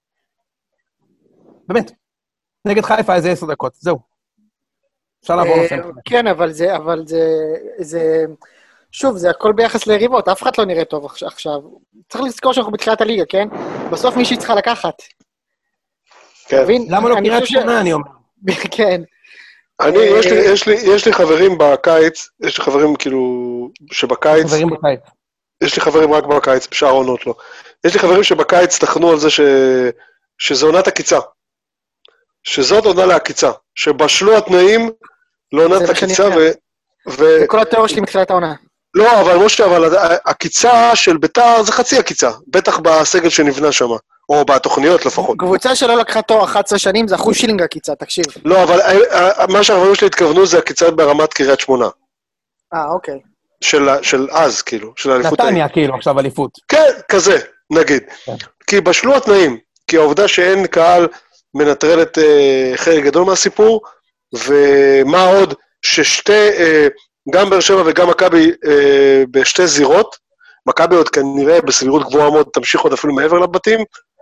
Speaker 3: באמת. נגד חיפה איזה עשר דקות, זהו. אפשר לעבור נושא.
Speaker 4: כן, אבל זה, אבל זה, זה... שוב, זה הכל ביחס ליריבות, אף אחד לא נראה טוב עכשיו. צריך לזכור שאנחנו בתחילת הליגה, כן? בסוף מישהי צריכה לקחת.
Speaker 1: כן.
Speaker 3: למה לא קריית שמונה, אני אומר?
Speaker 4: כן.
Speaker 1: אני, יש לי, יש לי, יש לי חברים בקיץ, יש לי חברים כאילו, שבקיץ...
Speaker 3: חברים בקיץ.
Speaker 1: יש לי חברים רק בקיץ, בשאר העונות לא. יש לי חברים שבקיץ תכנו על זה ש... שזה עונת הקיצה. שזאת עונה להקיצה. שבשלו התנאים לעונת הקיצה ו... ו...
Speaker 4: זה כל התיאוריה שלי מתחילת העונה.
Speaker 1: לא, אבל משה, אבל הקיצה של ביתר זה חצי הקיצה. בטח בסגל שנבנה שם. או בתוכניות לפחות.
Speaker 4: קבוצה שלא לקחה תואר אחת עשרה שנים, זה אחוז שילינג הקיצה, תקשיב.
Speaker 1: לא, אבל מה שהחברים שלי התכוונו זה הקיצה ברמת קריית שמונה.
Speaker 4: אה, אוקיי.
Speaker 1: של, של אז, כאילו, של האליפות.
Speaker 3: נתניה, כאילו, עכשיו אליפות.
Speaker 1: כן, כזה, נגיד.
Speaker 3: כן.
Speaker 1: כי בשלו התנאים, כי העובדה שאין קהל מנטרלת אה, חלק גדול מהסיפור, ומה עוד ששתי, אה, גם באר שבע וגם מכבי אה, בשתי זירות, מכבי עוד כנראה בסבירות גבוהה מאוד, תמשיך עוד אפילו מעבר לבתים,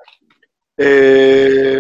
Speaker 1: אה,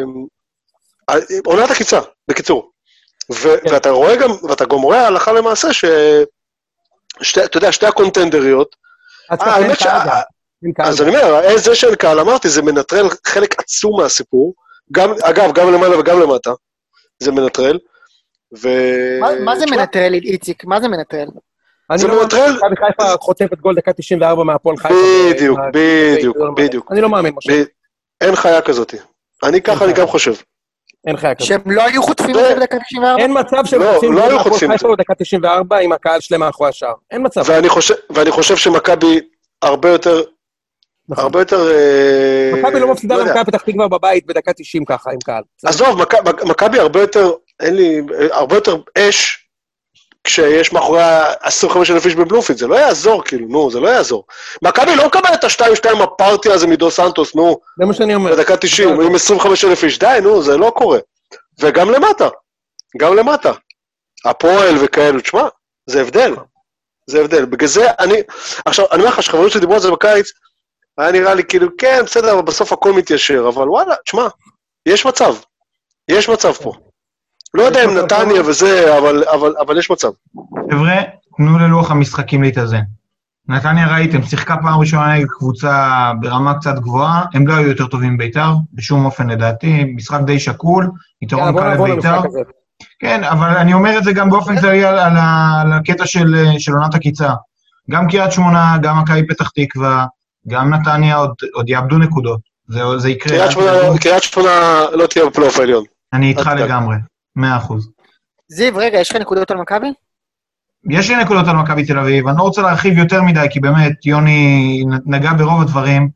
Speaker 1: עונת הקיצה, בקיצור. ו- כן. ואתה רואה גם, ואתה גם רואה הלכה למעשה ש... שתי, אתה יודע, שתי הקונטנדריות, אה, האמת ש... אז אני אומר, זה שאין קהל, אמרתי, זה מנטרל חלק עצום מהסיפור, גם, אגב, גם למעלה וגם למטה, זה מנטרל, ו...
Speaker 4: מה זה מנטרל, איציק? מה זה מנטרל?
Speaker 1: זה מנטרל...
Speaker 3: מכבי חיפה חוטפת גול דקה תשעים וארבע מהפועל חיפה.
Speaker 1: בדיוק, בדיוק, בדיוק.
Speaker 3: אני לא מאמין, משה.
Speaker 1: אין חיה כזאת. אני ככה, אני גם חושב.
Speaker 3: אין חיה כזאת.
Speaker 4: שהם לא היו חוטפים את זה בדקה תשעים וארבע?
Speaker 3: אין מצב שהם חוטפים את זה מהפועל חיפה בדקה תשעים וארבע עם הקהל שלהם מאחורי השער. אין מצב.
Speaker 1: ואני חושב שמכבי הרבה יותר... הרבה יותר...
Speaker 3: מכבי לא מפסידה למכבי פתח תקווה בבית בדקה תשעים ככה עם קהל.
Speaker 1: עזוב, מכבי הרבה יותר... אין לי... הרבה יותר אש כשיש מאחורי עשרים וחמישה אלף איש בבלומפילד, זה לא יעזור, כאילו, נו, זה לא יעזור. מכבי לא מקבל את ה-שתיים שתיים הפארטי הזה מדו סנטוס, נו.
Speaker 3: זה מה שאני אומר.
Speaker 1: בדקה תשעים, עם עשרים וחמישה אלף איש, די, נו, זה לא קורה. וגם למטה, גם למטה. הפועל וכאלו, תשמע, זה הבדל. זה הבדל. בגלל זה, אני... עכשיו, אני אומר לך, שחברים שדיברו על זה בקיץ, היה נראה לי כאילו, כן, בסדר, אבל בסוף הכל מתיישר, אבל וואלה, תשמע, יש מצב. יש מצב פה. לא יודע אם נתניה וזה, אבל, אבל, אבל יש מצב.
Speaker 2: חבר'ה, תנו ללוח המשחקים להתאזן. נתניה ראיתם, שיחקה פעם ראשונה נגד קבוצה ברמה קצת גבוהה, הם לא היו יותר טובים ביתר, בשום אופן לדעתי, משחק די שקול, יתרון קל לביתר. כן, אבל אני אומר את זה גם באופן כללי על, על, על הקטע של, של עונת הקיצה. גם קריית שמונה, גם מכבי פתח תקווה, גם נתניה עוד, עוד יאבדו נקודות. זה, זה יקרה.
Speaker 1: קריית שמונה, קריית שמונה לא תהיה בפלייאוף העליון.
Speaker 2: אני איתך לגמרי. מאה אחוז.
Speaker 4: זיו, רגע, יש לך נקודות על מכבי?
Speaker 2: יש לי נקודות על מכבי תל אביב, אני לא רוצה להרחיב יותר מדי, כי באמת, יוני נגע ברוב הדברים.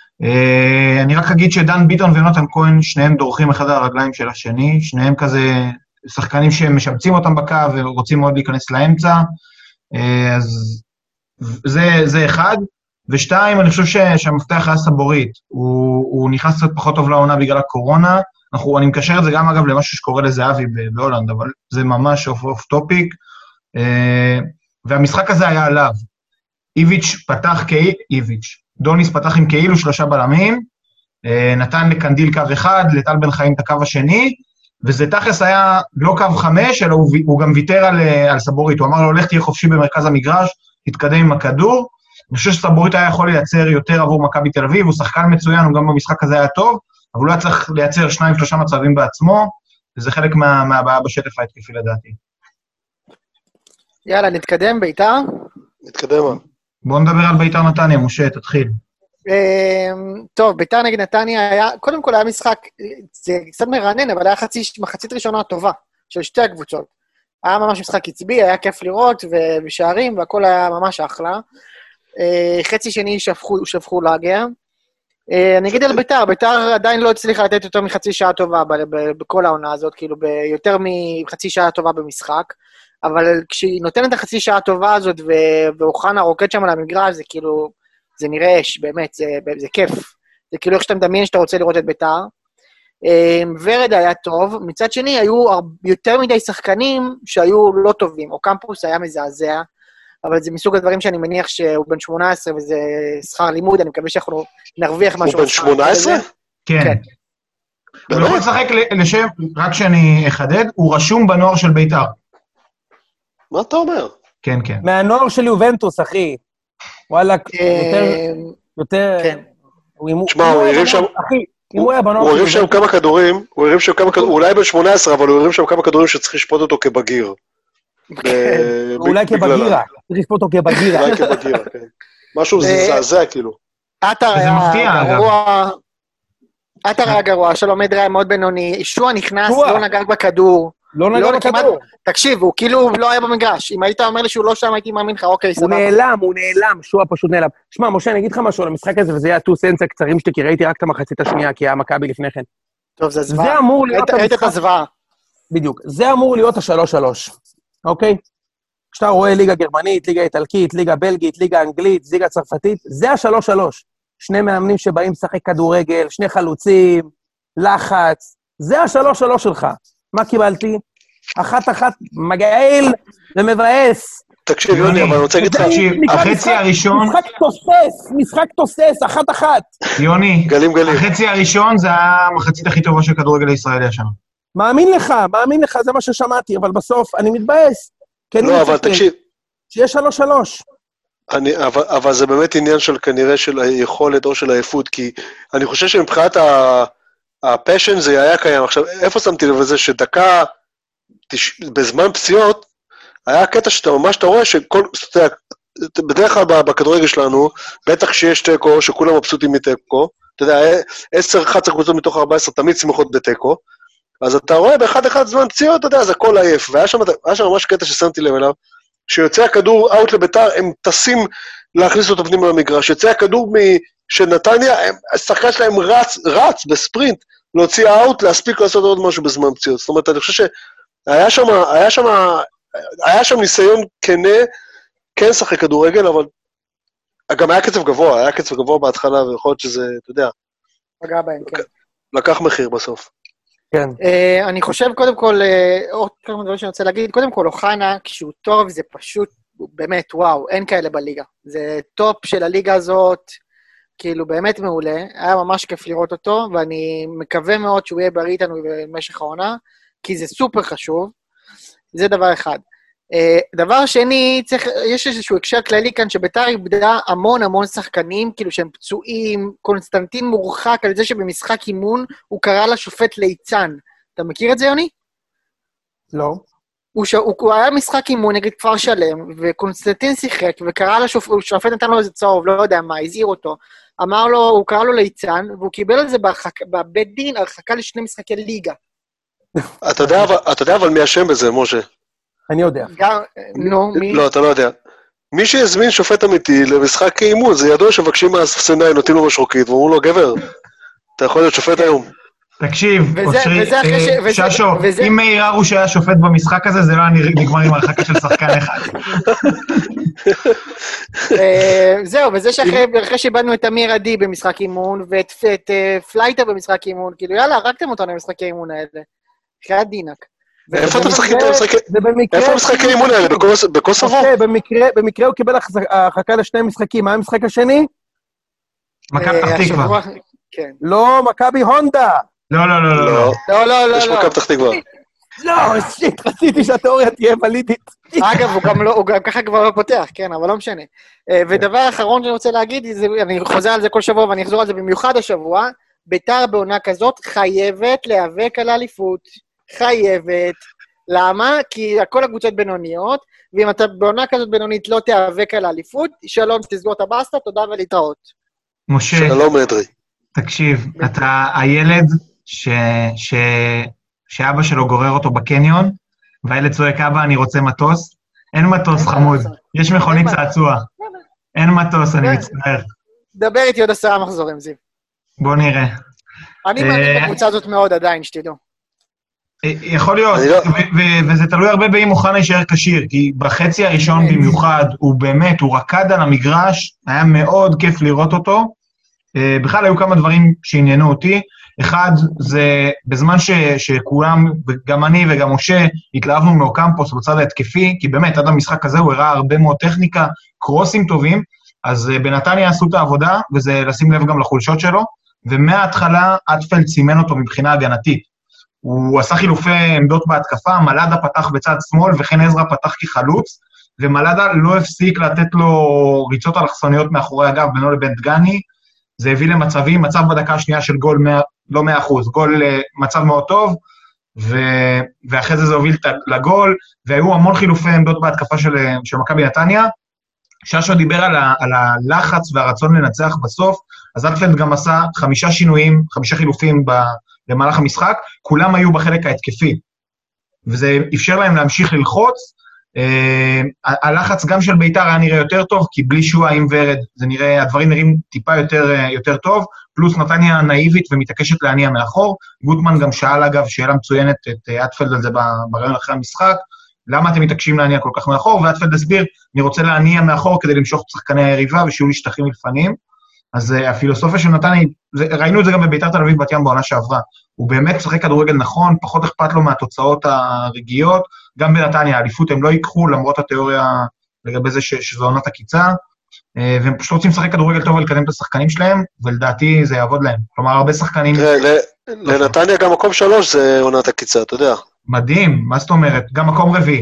Speaker 2: אני רק אגיד שדן ביטון ונותן כהן, שניהם דורכים אחד על הרגליים של השני, שניהם כזה שחקנים שמשבצים אותם בקו, ורוצים מאוד להיכנס לאמצע, אז זה, זה אחד. ושתיים, אני חושב שהמפתח היה סבורית, הוא, הוא נכנס קצת פחות טוב לעונה בגלל הקורונה, אנחנו, אני מקשר את זה גם, אגב, למשהו שקורה לזהבי בהולנד, אבל זה ממש אוף טופיק, והמשחק הזה היה עליו. איביץ' פתח כאילו, איביץ', דוניס פתח עם כאילו שלושה בלמים, נתן לקנדיל קו אחד, לטל בן חיים את הקו השני, וזה תכלס היה לא קו חמש, אלא הוא, הוא גם ויתר על, על סבורית, הוא אמר לו, הולך תהיה חופשי במרכז המגרש, תתקדם עם הכדור, אני חושב שסבורית היה יכול לייצר יותר עבור מכבי תל אביב, הוא שחקן מצוין, הוא גם במשחק הזה היה טוב, אבל הוא היה צריך לייצר שניים, שלושה מצבים בעצמו, וזה חלק מה, מהבעיה בשטף ההתקפי לדעתי.
Speaker 4: יאללה, נתקדם, ביתר?
Speaker 1: נתקדם.
Speaker 2: בואו נדבר על ביתר נתניה, משה, תתחיל.
Speaker 4: טוב, ביתר נגד נתניה היה, קודם כל היה משחק, זה קצת מרענן, אבל היה חצי, מחצית ראשונה טובה, של שתי הקבוצות. היה ממש משחק עצבי, היה כיף לראות, ושערים, והכל היה ממש אחלה. חצי שני שפכו, שפכו להגיע. אני אגיד על ביתר, ביתר עדיין לא הצליחה לתת יותר מחצי שעה טובה בכל העונה הזאת, כאילו ביותר מחצי שעה טובה במשחק, אבל כשהיא נותנת את החצי שעה טובה הזאת, ואוחנה רוקד שם על המגרש, זה כאילו, זה נראה אש, באמת, זה, זה כיף. זה כאילו איך שאתה מדמיין שאתה רוצה לראות את ביתר. ורד היה טוב, מצד שני היו יותר מדי שחקנים שהיו לא טובים, או קמפוס היה מזעזע, אבל זה מסוג הדברים שאני מניח שהוא בן שמונה עשרה וזה שכר לימוד, אני מקווה שאנחנו נרוויח משהו.
Speaker 1: הוא בן שמונה עשרה?
Speaker 2: כן. הוא יכול לשחק לשם, רק שאני אחדד, הוא רשום בנוער של בית"ר.
Speaker 1: מה אתה אומר?
Speaker 2: כן, כן.
Speaker 3: מהנוער של יובנטוס, אחי. וואלה, יותר...
Speaker 4: כן.
Speaker 1: תשמע, הוא הרים שם...
Speaker 3: הוא
Speaker 1: הרים שם כמה כדורים, הוא הרים שם כמה כדורים, אולי בן שמונה עשרה, אבל הוא הרים שם כמה כדורים שצריך לשפוט אותו כבגיר.
Speaker 3: אולי כבגירה, צריך לשפוט אותו כבגירה.
Speaker 1: אולי כבגירה, כן. משהו זעזע, כאילו.
Speaker 4: עטר היה גרוע, עטר היה גרוע, שלום אדרי היה מאוד בינוני, שועה נכנס, לא נגע בכדור.
Speaker 3: לא נגע בכדור.
Speaker 4: תקשיב, הוא כאילו לא היה במגרש. אם היית אומר לי שהוא לא שם, הייתי מאמין לך, אוקיי, סבבה.
Speaker 3: הוא נעלם, הוא נעלם, שועה פשוט נעלם. שמע, משה, אני אגיד לך משהו על המשחק הזה, וזה היה טו סנס הקצרים שלי, כי ראיתי רק את המחצית השנייה, כי היה מכבי לפני כן.
Speaker 4: טוב, זה זוועה.
Speaker 3: זה אמור להיות
Speaker 4: המשחק. ראית את הזוועה.
Speaker 3: בדיוק. זה אמור להיות השלוש שלוש. אוקיי? כשאתה רואה ליגה גרמנית, ליגה איטלקית, ליגה בלגית, ליגה אנגלית, ליגה צרפתית, זה השלוש שלוש. שני מאמנים שבאים לשחק כדורגל, שני חלוצים, לחץ, זה השלוש שלוש שלך. מה קיבלתי? אחת אחת מגעיל ומבאס.
Speaker 1: תקשיב, יוני, אבל אני רוצה להגיד לך...
Speaker 2: החצי הראשון...
Speaker 3: משחק תוסס, משחק תוסס, אחת אחת.
Speaker 2: יוני,
Speaker 1: גלים גלים.
Speaker 2: החצי הראשון זה המחצית הכי טובה של כדורגל הישראלי השנה.
Speaker 3: מאמין לך, מאמין לך, זה מה ששמעתי, אבל בסוף אני מתבאס.
Speaker 1: לא, אבל תקשיב.
Speaker 3: שיש שלוש שלוש.
Speaker 1: אני, אבל, אבל זה באמת עניין של כנראה של היכולת או של העייפות, כי אני חושב שמבחינת הפשן זה היה קיים. עכשיו, איפה שמתי לב לזה שדקה, תש... בזמן פציעות, היה קטע שאתה ממש, אתה רואה שכל, אתה יודע, בדרך כלל בכדורגל שלנו, בטח שיש טקו, שכולם מבסוטים מטקו, אתה יודע, עשר אחת עשרה קבוצות מתוך ארבע עשרה תמיד שמחות בטקו, אז אתה רואה באחד אחד זמן פציעות, אתה יודע, אז הכל עייף, והיה שם, היה שם ממש קטע ששמתי לב אליו, שיוצא הכדור אאוט לביתר, הם טסים להכניס אותו פנימה למגרש, יוצא הכדור של נתניה, השחקן שלהם רץ, רץ בספרינט, להוציא אאוט, להספיק לעשות עוד משהו בזמן פציעות, זאת אומרת, אני חושב שהיה שם, היה שם, היה שם ניסיון כנה, כן שחק כדורגל, אבל גם היה קצב גבוה, היה קצב גבוה בהתחלה, ויכול להיות שזה, אתה יודע,
Speaker 4: פגע בהם, כן.
Speaker 1: לקח מחיר בסוף.
Speaker 3: כן.
Speaker 4: Uh, אני חושב, קודם כל, uh, עוד כמה דברים שאני רוצה להגיד, קודם כל, אוחנה, כשהוא טוב, זה פשוט, באמת, וואו, אין כאלה בליגה. זה טופ של הליגה הזאת, כאילו, באמת מעולה, היה ממש כיף לראות אותו, ואני מקווה מאוד שהוא יהיה בריא איתנו במשך העונה, כי זה סופר חשוב, זה דבר אחד. Uh, דבר שני, צריך, יש איזשהו הקשר כללי כאן, שביתר איבדה המון המון שחקנים, כאילו שהם פצועים, קונסטנטין מורחק על זה שבמשחק אימון, הוא קרא לשופט ליצן. אתה מכיר את זה, יוני?
Speaker 3: לא.
Speaker 4: הוא, ש... הוא... הוא היה משחק אימון נגד כפר שלם, וקונסטנטין שיחק, וקרא לשופט, השופט נתן לו איזה צהוב, לא יודע מה, הזהיר אותו, אמר לו, הוא קרא לו ליצן, והוא קיבל על זה בהרחק... בבית דין, הרחקה לשני משחקי ליגה.
Speaker 1: אתה יודע, אתה יודע אבל מי אשם בזה, משה?
Speaker 3: אני יודע.
Speaker 4: גם, נו, מי?
Speaker 1: לא, אתה לא יודע. מי שיזמין שופט אמיתי למשחק אימון, זה ידוע שבקשים מהספסנאי, נותנים לו משרוקית, ואומרו לו, גבר, אתה יכול להיות שופט היום.
Speaker 2: תקשיב, אושרי, ששו, אם מאיר ארוש היה שופט במשחק הזה, זה לא נגמר עם הרחקה של שחקן אחד.
Speaker 4: זהו, וזה שאחרי שאיבדנו את אמיר עדי במשחק אימון, ואת פלייטה במשחק אימון, כאילו יאללה, הרגתם אותנו במשחקי אימון האלה. חיית דינק.
Speaker 1: איפה אתה משחקים את המשחקים? איפה המשחקי אימון האלה? בקוסובו?
Speaker 3: במקרה הוא קיבל הרחקה לשני משחקים. מה המשחק השני?
Speaker 2: מכבי פתח תקווה.
Speaker 3: לא, מכבי הונדה.
Speaker 2: לא, לא, לא, לא.
Speaker 4: לא, לא, לא.
Speaker 1: יש מכבי פתח תקווה.
Speaker 3: לא, שיט, רציתי שהתיאוריה תהיה ולידית.
Speaker 4: אגב, הוא גם ככה כבר לא פותח, כן, אבל לא משנה. ודבר אחרון שאני רוצה להגיד, אני חוזר על זה כל שבוע ואני אחזור על זה במיוחד השבוע, ביתר בעונה כזאת חייבת להיאבק על האליפות. חייבת. למה? כי כל הקבוצות בינוניות, ואם אתה בעונה כזאת בינונית לא תיאבק על האליפות, שלום, תסגור את הבאסטה, תודה ולהתראות.
Speaker 2: משה,
Speaker 1: שלום אדרי.
Speaker 2: תקשיב, אתה הילד ש... ש... שאבא שלו גורר אותו בקניון, והילד צועק, אבא, אני רוצה מטוס. אין מטוס, חמוד. יש מכונית צעצוע. אין מטוס, אני מצטער.
Speaker 4: דבר איתי עוד עשרה מחזורים, זיו.
Speaker 2: בוא נראה.
Speaker 4: אני מאמין בקבוצה הזאת מאוד עדיין, שתדעו.
Speaker 2: יכול להיות, וזה תלוי הרבה באם אוחנה יישאר כשיר, כי בחצי הראשון במיוחד, הוא באמת, הוא רקד על המגרש, היה מאוד כיף לראות אותו, בכלל היו כמה דברים שעניינו אותי, אחד, זה בזמן ש, שכולם, גם אני וגם משה, התלהבנו מאוקמפוס בצד ההתקפי, כי באמת, עד המשחק הזה הוא הראה הרבה מאוד טכניקה, קרוסים טובים, אז בנתניה עשו את העבודה, וזה לשים לב גם לחולשות שלו, ומההתחלה אטפלד סימן אותו מבחינה הגנתית. הוא עשה חילופי עמדות בהתקפה, מלאדה פתח בצד שמאל, וכן עזרא פתח כחלוץ, ומלאדה לא הפסיק לתת לו ריצות אלכסוניות מאחורי הגב בינו לבין דגני, זה הביא למצבים, מצב בדקה השנייה של גול מאה, לא מאה אחוז, גול מצב מאוד טוב, ו... ואחרי זה זה הוביל לגול, והיו המון חילופי עמדות בהתקפה של, של מכבי נתניה, ששו דיבר על, ה... על הלחץ והרצון לנצח בסוף, אז אטפלד גם עשה חמישה שינויים, חמישה חילופים ב... במהלך המשחק, כולם היו בחלק ההתקפי, וזה אפשר להם להמשיך ללחוץ, Uh, הלחץ גם של ביתר היה נראה יותר טוב, כי בלי שואה עם ורד, זה נראה, הדברים נראים טיפה יותר, uh, יותר טוב, פלוס נתניה נאיבית ומתעקשת להניע מאחור, גוטמן גם שאל אגב שאלה מצוינת את uh, אטפלד על זה ברעיון אחרי המשחק, למה אתם מתעקשים להניע כל כך מאחור, ואטפלד הסביר, אני רוצה להניע מאחור כדי למשוך את שחקני היריבה ושיהיו לי שטחים מלפנים, אז uh, הפילוסופיה של נתניה, זה, ראינו את זה גם בביתר תל אביב בת ים בעונה שעברה, הוא באמת משחק כדורגל נכון, פחות אכפת לו מהתוצאות הרגעיות, גם בנתניה, האליפות הם לא ייקחו, למרות התיאוריה לגבי זה ש, שזו עונת הקיצה, והם פשוט רוצים לשחק כדורגל טוב ולקדם את השחקנים שלהם, ולדעתי זה יעבוד להם. כלומר, הרבה שחקנים...
Speaker 1: לנתניה גם מקום שלוש זה עונת הקיצה, אתה יודע.
Speaker 2: מדהים, מה זאת אומרת? גם מקום רביעי.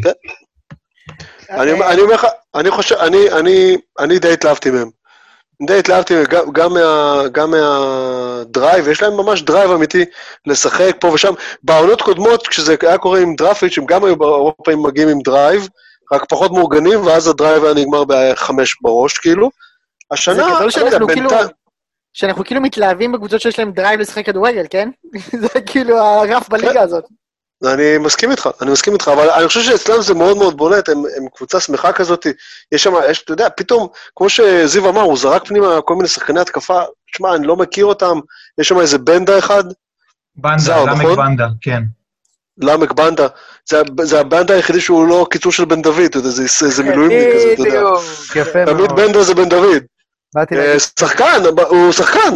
Speaker 1: אני אומר לך, אני חושב, אני די התלהבתי מהם. די התלהבתי גם, מה, גם מהדרייב, יש להם ממש דרייב אמיתי לשחק פה ושם. בעונות קודמות, כשזה היה קורה עם דרפיץ', הם גם היו באירופה הם מגיעים עם דרייב, רק פחות מאורגנים, ואז הדרייב היה נגמר בחמש בראש, כאילו. השנה,
Speaker 4: זה גדול שאנחנו כאילו, שאנחנו כאילו מתלהבים בקבוצות שיש להם דרייב לשחק כדורגל, כן? זה כאילו הרף בליגה הזאת.
Speaker 1: אני מסכים איתך, אני מסכים איתך, אבל אני חושב שאצלם זה מאוד מאוד בולט, הם, הם קבוצה שמחה כזאת, יש שם, יש, אתה יודע, פתאום, כמו שזיו אמר, הוא זרק פנימה כל מיני שחקני התקפה, תשמע, אני לא מכיר אותם, יש שם איזה בנדה אחד,
Speaker 2: בנדה, למק נכון? בנדה, כן.
Speaker 1: למק בנדה, זה, זה הבנדה היחידי שהוא לא קיצור של בן דוד, אתה יודע, זה, זה מילואימניק כזה, אתה יודע.
Speaker 3: יפה מאוד.
Speaker 1: תמיד בנדה זה בן דוד. שחקן, הוא שחקן.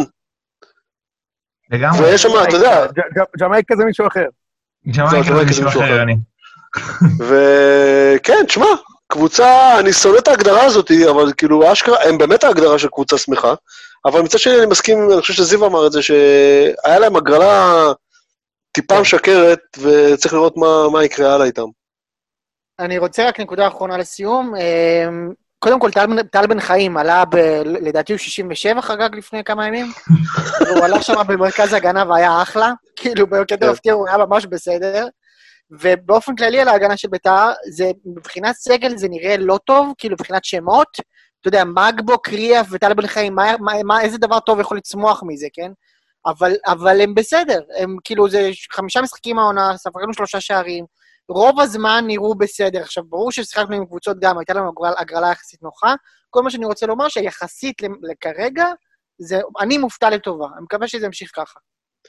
Speaker 2: לגמרי.
Speaker 1: ויש שם, אתה יודע.
Speaker 3: ג'מאיקה זה מישהו אחר.
Speaker 2: ג'מאיקה זה מישהו אחר, אני.
Speaker 1: וכן, תשמע, קבוצה, אני שונא את ההגדרה הזאת, אבל כאילו, אשכרה, הם באמת ההגדרה של קבוצה שמחה, אבל מצד שני אני מסכים, אני חושב שזיו אמר את זה, שהיה להם הגרלה טיפה משקרת, וצריך לראות מה, מה יקרה הלאה איתם.
Speaker 4: אני רוצה רק נקודה אחרונה לסיום, קודם כל, טל בן חיים עלה, ב, לדעתי הוא שישים ושבע חגג לפני כמה ימים, והוא הלך שם במרכז ההגנה והיה אחלה, כאילו בקטע מפתיע הוא היה ממש בסדר, ובאופן כללי על ההגנה של בית"ר, זה מבחינת סגל זה נראה לא טוב, כאילו מבחינת שמות, אתה יודע, מגבו, קריאף וטל בן חיים, מה, מה, מה, איזה דבר טוב יכול לצמוח מזה, כן? אבל, אבל הם בסדר, הם כאילו, זה חמישה משחקים העונה, ספרנו שלושה שערים, רוב הזמן נראו בסדר. עכשיו, ברור ששיחקנו עם קבוצות גם, הייתה לנו הגרלה יחסית נוחה, כל מה שאני רוצה לומר שיחסית לכרגע, זה, אני מופתע לטובה, אני מקווה שזה ימשיך ככה.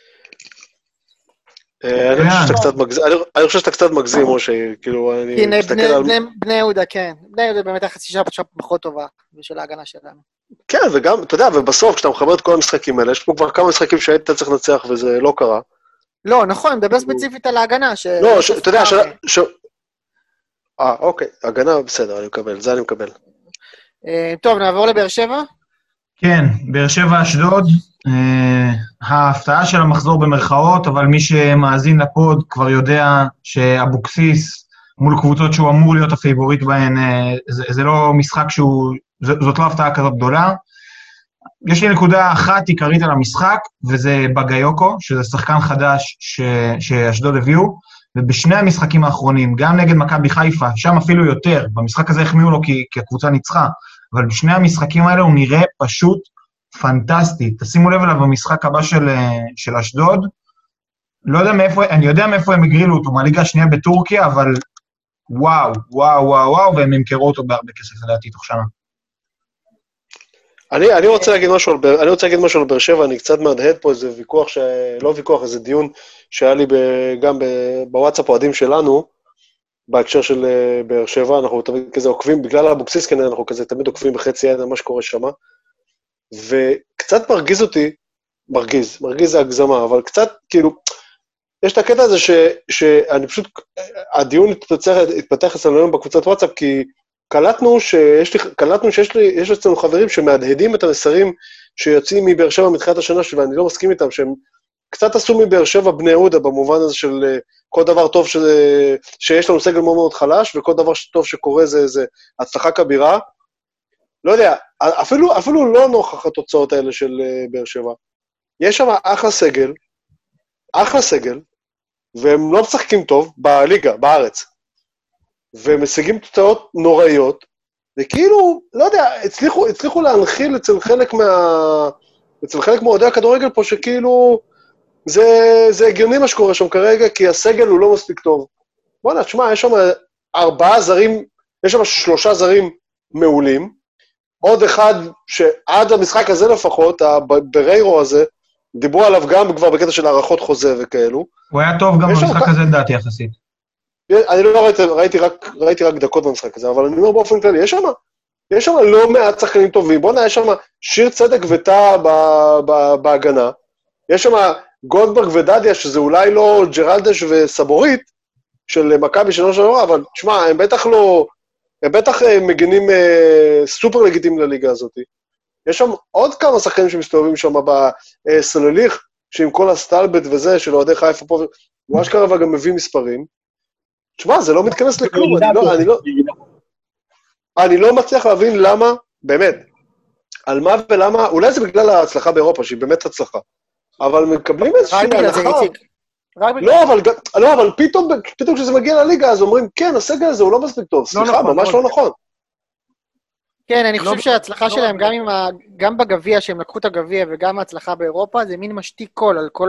Speaker 1: אני חושב שאתה קצת מגזים, משה, כאילו, אני מסתכל על...
Speaker 4: בני יהודה, כן. בני יהודה באמת יחסית שעה פחות טובה, בשביל ההגנה שלנו.
Speaker 1: כן, וגם, אתה יודע, ובסוף, כשאתה מחבר את כל המשחקים האלה, יש פה כבר כמה משחקים שהיית צריך לנצח, וזה לא קרה.
Speaker 4: לא, נכון, אני מדבר ספציפית על ההגנה.
Speaker 1: לא, אתה יודע, ש... אה, אוקיי, הגנה בסדר, אני מקבל, זה אני מקבל.
Speaker 4: טוב, נעבור לבאר שבע?
Speaker 2: כן, באר שבע אשדוד, ההפתעה של המחזור במרכאות, אבל מי שמאזין לפוד כבר יודע שאבוקסיס מול קבוצות שהוא אמור להיות הפייבוריט בהן, זה לא משחק שהוא, זאת לא הפתעה כזאת גדולה, יש לי נקודה אחת עיקרית על המשחק, וזה בגיוקו, שזה שחקן חדש ש... שאשדוד הביאו, ובשני המשחקים האחרונים, גם נגד מכבי חיפה, שם אפילו יותר, במשחק הזה החמיאו לו כי, כי הקבוצה ניצחה, אבל בשני המשחקים האלה הוא נראה פשוט פנטסטי. תשימו לב אליו במשחק הבא של, של אשדוד, לא יודע מאיפה, אני יודע מאיפה הם הגרילו אותו, מהליגה השנייה בטורקיה, אבל וואו, וואו, וואו, וואו, והם ימכרו אותו בהרבה כסף לדעתי תוך שנה.
Speaker 1: אני, אני רוצה להגיד משהו על, אני רוצה להגיד משהו על באר שבע, אני קצת מהדהד פה איזה ויכוח, ש... לא ויכוח, איזה דיון שהיה לי ב... גם ב... בוואטסאפ אוהדים שלנו, בהקשר של באר שבע, אנחנו תמיד כזה עוקבים, בגלל האבוקסיס, כן, אנחנו כזה תמיד עוקבים בחצי יד על מה שקורה שם, וקצת מרגיז אותי, מרגיז, מרגיז זה הגזמה, אבל קצת, כאילו, יש את הקטע הזה ש, שאני פשוט, הדיון התפתח, התפתח אצלנו היום בקבוצת וואטסאפ, כי קלטנו שיש לי, קלטנו שיש לי, יש אצלנו חברים שמהדהדים את המסרים שיוצאים מבאר שבע מתחילת השנה שלי, ואני לא מסכים איתם, שהם קצת עשו מבאר שבע בני יהודה, במובן הזה של כל דבר טוב ש, שיש לנו סגל מאוד מאוד חלש, וכל דבר טוב שקורה זה, זה הצלחה כבירה. לא יודע, אפילו, אפילו לא נוכח התוצאות האלה של באר שבע. יש שם אחלה סגל, אחלה סגל, והם לא משחקים טוב בליגה, בארץ. והם משיגים תוצאות נוראיות, וכאילו, לא יודע, הצליחו, הצליחו להנחיל אצל חלק מה... אצל חלק מועדי הכדורגל פה, שכאילו, זה, זה הגיוני מה שקורה שם כרגע, כי הסגל הוא לא מספיק טוב. בוא נשמע, יש שם ארבעה זרים, יש שם שלושה זרים מעולים, עוד אחד שעד המשחק הזה לפחות, הבריירו הזה, דיברו עליו גם כבר בקטע של הערכות חוזה וכאלו.
Speaker 2: הוא היה טוב גם במשחק הזה, דעתי יחסית.
Speaker 1: אני לא ראיתי, ראיתי רק, ראיתי רק דקות במשחק הזה, אבל אני אומר באופן כללי, יש שם, יש שם לא מעט שחקנים טובים, בוא נראה, יש שם שיר צדק וטע בהגנה, יש שם גולדברג ודדיה, שזה אולי לא ג'רלדש וסבורית, של מכבי שלוש שעברה, אבל תשמע, הם בטח לא, הם בטח מגנים סופר לגיטימיים לליגה הזאת. יש שם עוד כמה שחקנים שמסתובבים שם בסלליך, שעם כל הסטלבט וזה, של אוהדי חיפה פה, הוא אשכרה וגם מביא מספרים. תשמע, זה לא מתכנס לכלום, אני לא, אני לא, אני לא מצליח להבין למה, באמת, על מה ולמה, אולי זה בגלל ההצלחה באירופה, שהיא באמת הצלחה, אבל מקבלים איזושהי הנחה. לא, אבל, לא, אבל פתאום, פתאום כשזה מגיע לליגה, אז אומרים, כן, הסגל הזה הוא לא מספיק טוב, סליחה, ממש לא נכון.
Speaker 4: כן, אני חושב שההצלחה שלהם, גם בגביע, שהם לקחו את הגביע, וגם ההצלחה באירופה, זה מין משתיק קול על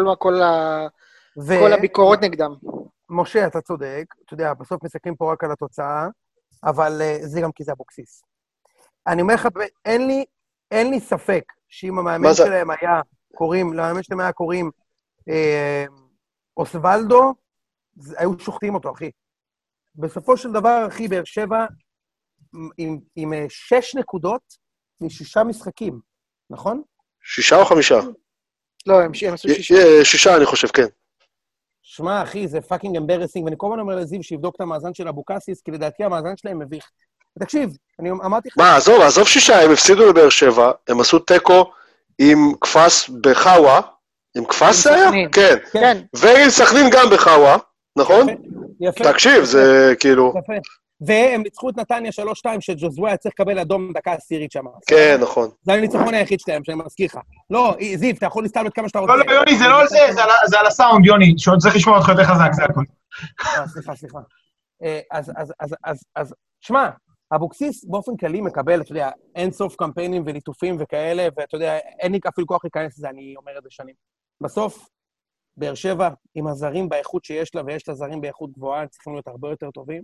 Speaker 4: כל הביקורות נגדם.
Speaker 3: משה, אתה צודק, אתה יודע, בסוף מסתכלים פה רק על התוצאה, אבל זה גם כי זה אבוקסיס. אני אומר לך, אין לי, אין לי ספק שאם המאמן שלהם היה קוראים, למאמן שלהם היה קוראים אה, אוסוולדו, היו שוחטים אותו, אחי. בסופו של דבר, אחי, באר שבע, עם, עם שש נקודות משישה משחקים, נכון?
Speaker 1: שישה או חמישה?
Speaker 4: לא, הם, הם עשו שישה.
Speaker 1: שישה, אני חושב, כן.
Speaker 3: שמע, אחי, זה פאקינג אמברסינג, ואני כל הזמן אומר לזיו שיבדוק את המאזן של אבוקסיס, כי לדעתי המאזן שלהם מביך. ותקשיב, אני אמרתי לך...
Speaker 1: מה, עזוב, עזוב שישה, הם הפסידו לבאר שבע, הם עשו טקו עם כפס בחאווה, עם כפס זה היה? כן.
Speaker 4: כן.
Speaker 1: ועם סכנין גם בחאווה, נכון?
Speaker 3: יפה.
Speaker 1: תקשיב, זה כאילו...
Speaker 3: יפה. והם ניצחו את נתניה שלוש שתיים, שג'וזווה צריך לקבל אדום דקה עשירית שם.
Speaker 1: כן, נכון.
Speaker 3: זה הניצחון היחיד שלהם, שאני מזכיר לך. לא, זיו, אתה יכול להסתלבט כמה שאתה רוצה.
Speaker 2: לא, לא, יוני, זה לא על זה, זה על הסאונד, יוני, שעוד צריך לשמוע אותך יותר חזק, זה הכל.
Speaker 3: סליחה, סליחה. אז, אז, אז, אז, אז, שמע, אבוקסיס באופן כללי מקבל, אתה יודע, אין סוף קמפיינים וליטופים וכאלה, ואתה יודע, אין לי אפילו כוח להיכנס לזה, אני אומר את זה שנים. בסוף, באר שבע, עם הזרים באיכות שיש לה, ויש לה זרים באיכות גבוהה, צריכים להיות הרבה יותר טובים.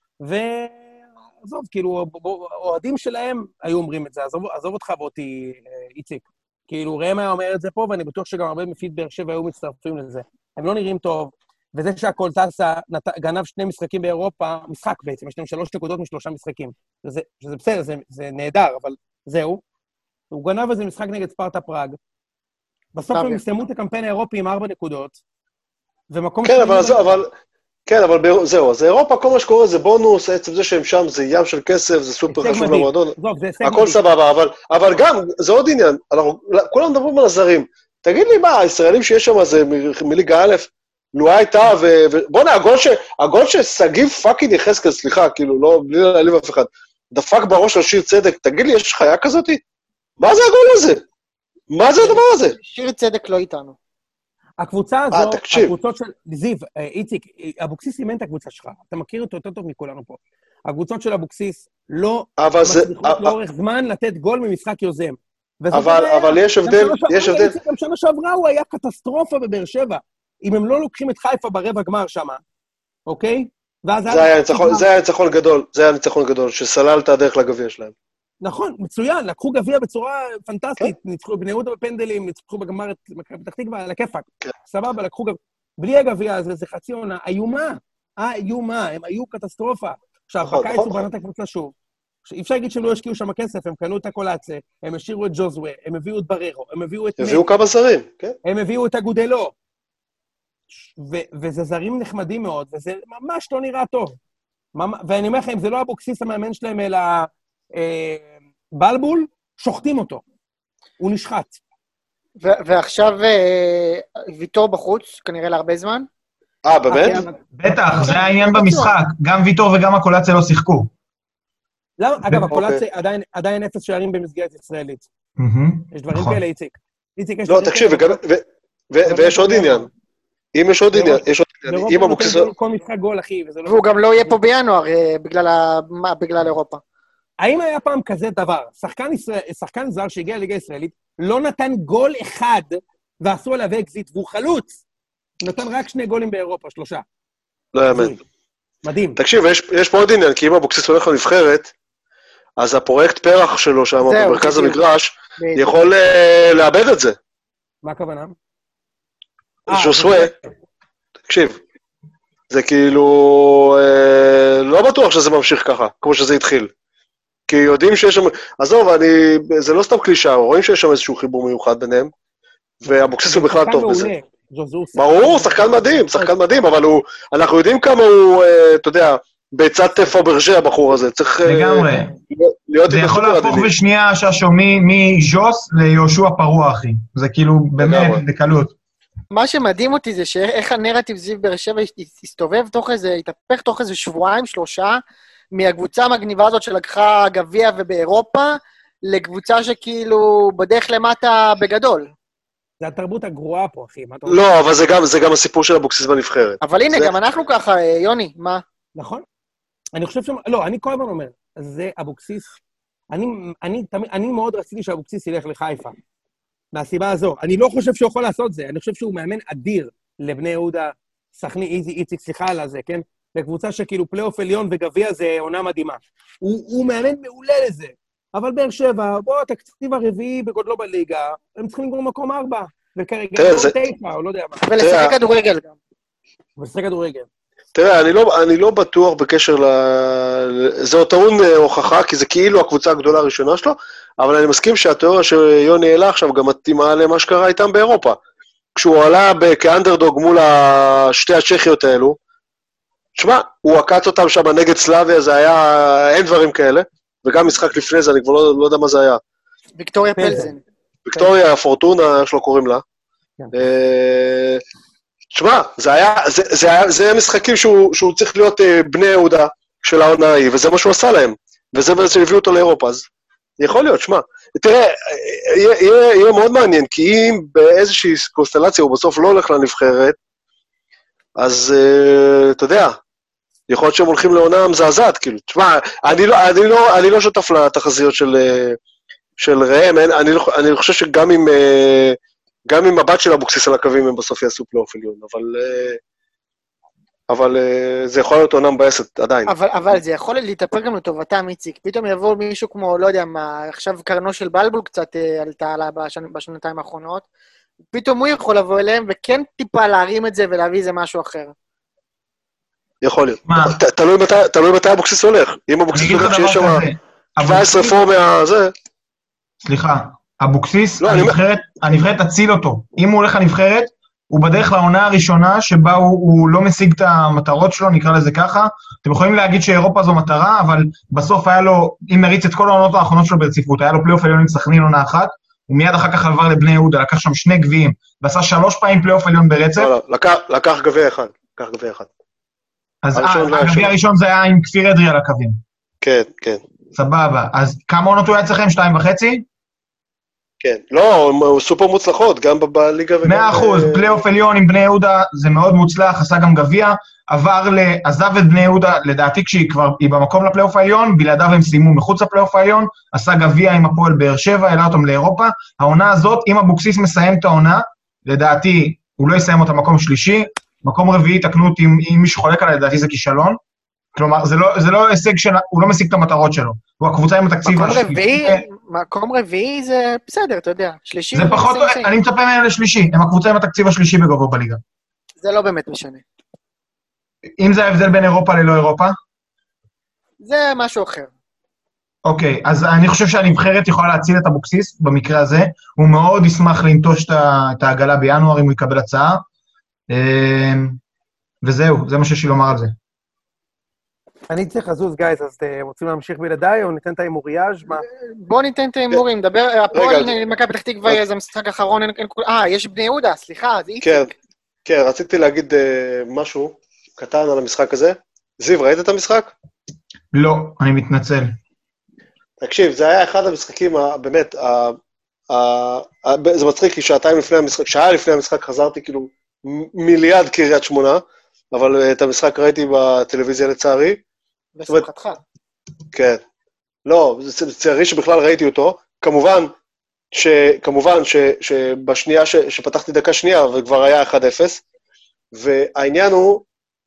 Speaker 3: ועזוב, כאילו, אוהדים שלהם היו אומרים את זה, עזוב, עזוב אותך ואותי, איציק. כאילו, ראם היה אומר את זה פה, ואני בטוח שגם הרבה מפיד באר שבע היו מצטרפים לזה. הם לא נראים טוב, וזה שהכל טסה, גנב שני משחקים באירופה, משחק בעצם, יש להם שלוש נקודות משלושה משחקים. שזה, שזה בסדר, זה, זה נהדר, אבל זהו. הוא גנב איזה משחק נגד ספרטה פראג. בסוף הם מסיימו את הקמפיין האירופי עם ארבע נקודות, ומקום...
Speaker 1: כן, אבל, זה, אבל, כן, אבל זהו, אז אירופה, כל מה שקורה זה בונוס, עצם זה שהם שם, זה ים של כסף, זה סופר חשוב למועדון. הכל סבבה, אבל, אבל גם, זה עוד עניין, אנחנו, כולם מדברים על הזרים. תגיד לי מה, הישראלים שיש שם, זה מליגה א', לואה הייתה, ובוא'נה, הגול שסגיב פאקינג יחזקאל, סליחה, כאילו, לא, בלי להעליב אף אחד, דפק בראש של שיר צדק, תגיד לי, יש חיה כזאת? מה זה הגול הזה? מה זה הדבר הזה?
Speaker 4: שיר צדק לא איתנו.
Speaker 3: הקבוצה הזו, הקבוצות של... זיו, איציק, אבוקסיס אימן את הקבוצה שלך, אתה מכיר אותו יותר טוב מכולנו פה. הקבוצות של אבוקסיס לא מצליחות לאורך זמן לתת גול ממשחק יוזם.
Speaker 1: אבל יש הבדל, יש הבדל.
Speaker 3: גם שנה שעברה הוא היה קטסטרופה בבאר שבע. אם הם לא לוקחים את חיפה ברבע גמר שם, אוקיי?
Speaker 1: זה היה ניצחון גדול, זה היה ניצחון גדול, שסלל את הדרך לגביע שלהם.
Speaker 3: נכון, מצוין, לקחו גביע בצורה פנטסטית, ניצחו בני יהודה בפנדלים, ניצחו בגמר את מכבי פתח תקווה, על הכיפאק. סבבה, לקחו גביע. בלי הגביע הזה, זה חצי עונה, איומה, איומה, הם היו קטסטרופה. עכשיו, בקיץ הוא בנה את הקבוצה שוב. אי אפשר להגיד שהם לא השקיעו שם כסף, הם קנו את הקולאצה, הם השאירו את ג'וזווה, הם הביאו את בררו, הם הביאו את...
Speaker 1: הביאו כמה זרים, כן.
Speaker 3: הם הביאו את הגודלו. וזה זרים נחמדים מאוד, וזה ממש לא נראה טוב. ואני אומר לכם, זה לא אבוקסיס המאמן שלהם, אלא בלבול, שוחטים אותו. הוא נשחט.
Speaker 4: ועכשיו ויטור בחוץ, כנראה להרבה זמן.
Speaker 1: אה, באמת?
Speaker 2: בטח, זה העניין במשחק. גם ויטור וגם הקולאצה לא שיחקו.
Speaker 3: למה? אגב, הקולאצה עדיין אפס שערים במסגרת ישראלית. יש דברים כאלה, איציק.
Speaker 1: לא, תקשיב, ויש עוד עניין. אם יש עוד עניין, יש עוד עניין. אם אבוקסיס...
Speaker 3: כל משחק גול, אחי, וזה לא...
Speaker 4: והוא גם לא יהיה פה בינואר, בגלל אירופה.
Speaker 3: האם היה פעם כזה דבר? שחקן זר שהגיע לליגה הישראלית, לא נתן גול אחד, ועשו עליו אקזיט, והוא חלוץ. נתן רק שני גולים באירופה, שלושה.
Speaker 1: לא יאמן.
Speaker 3: מדהים.
Speaker 1: תקשיב, יש פה עוד עניין, כי אם אבוקסיס הולך לנבחרת, אז הפרויקט פרח שלו שם, במרכז המגרש, יכול לאבד את זה.
Speaker 3: מה הכוונה?
Speaker 1: ז'וסווה, תקשיב, זה כאילו, לא בטוח שזה ממשיך ככה, כמו שזה התחיל. כי יודעים שיש שם, עזוב, אני, זה לא סתם קלישה, רואים שיש שם איזשהו חיבור מיוחד ביניהם, ואבוקסיס הוא בכלל טוב בזה. ברור, שחקן מדהים, שחקן מדהים, אבל הוא, אנחנו יודעים כמה הוא, אתה יודע, ביצת פברז'ה הבחור הזה, צריך
Speaker 2: לגמרי. להיות... זה יכול להפוך בשנייה ששו מז'וס ליהושע פרוע, אחי. זה כאילו באמת בקלות.
Speaker 4: מה שמדהים אותי זה שאיך הנרטיב זיו באר שבע הסתובב תוך איזה, התהפך תוך איזה שבועיים, שלושה, מהקבוצה המגניבה הזאת שלקחה גביע ובאירופה, לקבוצה שכאילו בדרך למטה בגדול.
Speaker 3: זה התרבות הגרועה פה, אחי.
Speaker 1: לא, אבל זה גם, זה גם הסיפור של אבוקסיס בנבחרת.
Speaker 4: אבל הנה, גם אנחנו ככה, יוני, מה?
Speaker 3: נכון. אני חושב ש... לא, אני כל הזמן אומר, זה אבוקסיס. אני, אני, אני מאוד רציתי שאבוקסיס ילך לחיפה. מהסיבה הזו. אני לא חושב שהוא יכול לעשות זה. אני חושב שהוא מאמן אדיר לבני יהודה, סכני, איזי, איציק, סליחה על הזה, כן? לקבוצה שכאילו פלייאוף עליון וגביע זה עונה מדהימה. הוא, הוא מאמן מעולה לזה. אבל באר שבע, בוא, התקציב הרביעי בגודלו בליגה, הם צריכים לגמור מקום ארבע. וכרגע מקום תשע, או לא יודע מה.
Speaker 4: ולשחק כדורגל גם.
Speaker 3: ולשחק כדורגל.
Speaker 1: תראה, אני לא, אני לא בטוח בקשר ל... זה עוד טעון הוכחה, כי זה כאילו הקבוצה הגדולה הראשונה שלו, אבל אני מסכים שהתיאוריה שיוני העלה עכשיו גם מתאימה למה שקרה איתם באירופה. כשהוא עלה כאנדרדוג מול שתי הצ'כיות האלו, תשמע, הוא עקץ אותם שם נגד סלאביה, זה היה, אין דברים כאלה, וגם משחק לפני זה, אני כבר לא, לא יודע מה זה היה.
Speaker 4: ויקטוריה פלזן.
Speaker 1: ויקטוריה, פורטונה, איך שלא קוראים לה. תשמע, זה היה, זה, זה היה, זה היה משחקים שהוא, שהוא צריך להיות בני יהודה של העונה ההיא, וזה מה שהוא עשה להם, וזה בעצם הביאו אותו לאירופה, אז יכול להיות, שמע. תראה, יהיה, יהיה, יהיה מאוד מעניין, כי אם באיזושהי קונסטלציה הוא בסוף לא הולך לנבחרת, אז uh, אתה יודע, יכול להיות שהם הולכים לעונה מזעזעת, כאילו, תשמע, אני לא, אני לא, אני לא שותף לתחזיות של, של ראם, אני, אני חושב שגם עם, גם עם מבט של אבוקסיס על הקווים, הם בסוף יעשו פלייאוף עליון, אבל, אבל זה יכול להיות עונה מבאסת, עדיין.
Speaker 4: אבל, אבל זה יכול להתאפר גם לטובתם, איציק, פתאום יבוא מישהו כמו, לא יודע מה, עכשיו קרנו של בלבול קצת עלתה עלה בשנתיים האחרונות, פתאום הוא יכול לבוא אליהם, וכן טיפה להרים את זה ולהביא איזה משהו אחר.
Speaker 1: יכול להיות. תלוי מתי אבוקסיס הולך. אם אבוקסיס הולך שיש שם שבע עשרה פור מהזה...
Speaker 2: סליחה, אבוקסיס, הנבחרת תציל אותו. אם הוא הולך לנבחרת, הוא בדרך לעונה הראשונה שבה הוא לא משיג את המטרות שלו, נקרא לזה ככה. אתם יכולים להגיד שאירופה זו מטרה, אבל בסוף היה לו, אם נריץ את כל העונות האחרונות שלו ברציפות, היה לו פלייאוף עליון עם סכנין עונה אחת, ומיד אחר כך עבר לבני יהודה, לקח שם שני גביעים, ועשה שלוש פעמים פלייאוף עליון ברצף.
Speaker 1: לא, לא, לקח גביע אחד, לקח גביע אחד.
Speaker 2: אז הגביע הראשון זה היה עם כפיר אדרי על הקווים.
Speaker 1: כן, כן.
Speaker 2: סבבה. אז כמה עונות הוא היה אצלכם? שתיים וחצי?
Speaker 1: כן. לא, הוא סופר מוצלחות, גם בליגה וגם...
Speaker 2: מאה אחוז, פלייאוף עליון עם בני יהודה, זה מאוד מוצלח, עשה גם גביע, עבר לעזב את בני יהודה, לדעתי כשהיא כבר, היא במקום לפלייאוף העליון, בלעדיו הם סיימו מחוץ לפלייאוף העליון, עשה גביע עם הפועל באר שבע, העלה אותם לאירופה. העונה הזאת, אם אבוקסיס מסיים את העונה, לדעתי, הוא לא יסיים אותה מקום שלישי, מקום רביעי, תקנו אותי אם מישהו חולק עליי, לדעתי זה כישלון. כלומר, זה לא, זה לא הישג של, הוא לא משיג את המטרות שלו. הוא הקבוצה עם התקציב
Speaker 4: מקום רביעי, מקום רביעי זה בסדר, אתה יודע. שלישי...
Speaker 2: זה פחות, אני מצפה מהם לשלישי. הם הקבוצה עם התקציב השלישי בגובה בליגה.
Speaker 4: זה לא באמת משנה.
Speaker 2: אם זה ההבדל בין אירופה ללא אירופה?
Speaker 4: זה משהו אחר.
Speaker 2: אוקיי, אז אני חושב שהנבחרת יכולה להציל את אבוקסיס במקרה הזה, הוא מאוד ישמח לנטוש את העגלה בינואר אם הוא יקבל הצעה, וזהו, זה מה שיש לי לומר על זה.
Speaker 3: אני צריך לזוז, גייז, אז אתם רוצים להמשיך בלעדיי, או ניתן את ההימוריאז' מה?
Speaker 4: בוא ניתן את ההימורים, נדבר, הפועל מכבי פתח תקווה, זה המשחק האחרון, אה, יש בני יהודה, סליחה, זה איציק.
Speaker 1: כן, רציתי להגיד משהו קטן על המשחק הזה. זיו, ראית את המשחק?
Speaker 2: לא, אני מתנצל.
Speaker 1: תקשיב, זה היה אחד המשחקים, באמת, זה מצחיק, כי שעתיים לפני המשחק, שעה לפני המשחק חזרתי כאילו מיליארד קריית שמונה, אבל את המשחק ראיתי בטלוויזיה לצערי.
Speaker 4: בשמחתך.
Speaker 1: כן. לא, זה צערי שבכלל ראיתי אותו. כמובן, שכמובן שבשנייה שפתחתי דקה שנייה, וכבר היה אחד אפס, והעניין הוא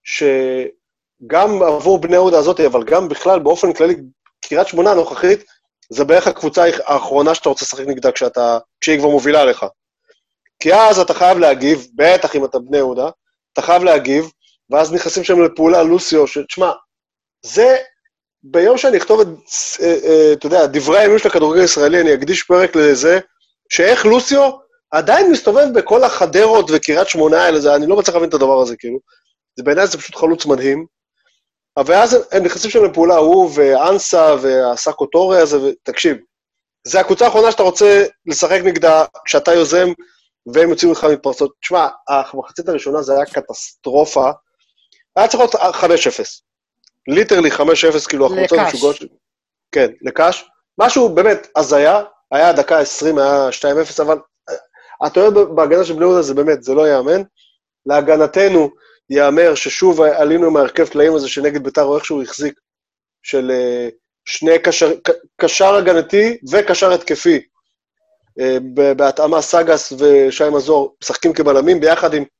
Speaker 1: שגם עבור בני יהודה הזאת, אבל גם בכלל באופן כללי, קריית שמונה הנוכחית, זה בערך הקבוצה האחרונה שאתה רוצה לשחק נגדה כשאתה, כשהיא כבר מובילה לך. כי אז אתה חייב להגיב, בטח אם אתה בני יהודה, אתה חייב להגיב, ואז נכנסים שם לפעולה לוסיו, שתשמע, זה, ביום שאני אכתוב את, אתה יודע, דברי הימים של הכדורגל הישראלי, אני אקדיש פרק לזה, שאיך לוסיו עדיין מסתובב בכל החדרות וקריית שמונה האלה, זה, אני לא מצליח להבין את הדבר הזה, כאילו. זה בעיניי זה פשוט חלוץ מדהים. ואז הם נכנסים שם לפעולה, הוא ואנסה והסאקו טורי הזה, ותקשיב, זה הקבוצה האחרונה שאתה רוצה לשחק נגדה כשאתה יוזם, והם יוצאים לך מתפרצות. תשמע, המחצית הראשונה זה היה קטסטרופה, היה צריך להיות חמש אפס. ליטרלי חמש אפס, כאילו החוצות משוגעות. כן, לקש. משהו באמת הזיה, היה דקה עשרים, היה שתיים אפס, אבל אתה רואה בהגנה של בני יהודה זה באמת, זה לא יאמן. להגנתנו יאמר ששוב עלינו עם ההרכב תלאים הזה שנגד ביתר, או איכשהו החזיק, של שני קשר, קשר הגנתי וקשר התקפי, בהתאמה סגס ושי מזור, משחקים כבלמים, ביחד עם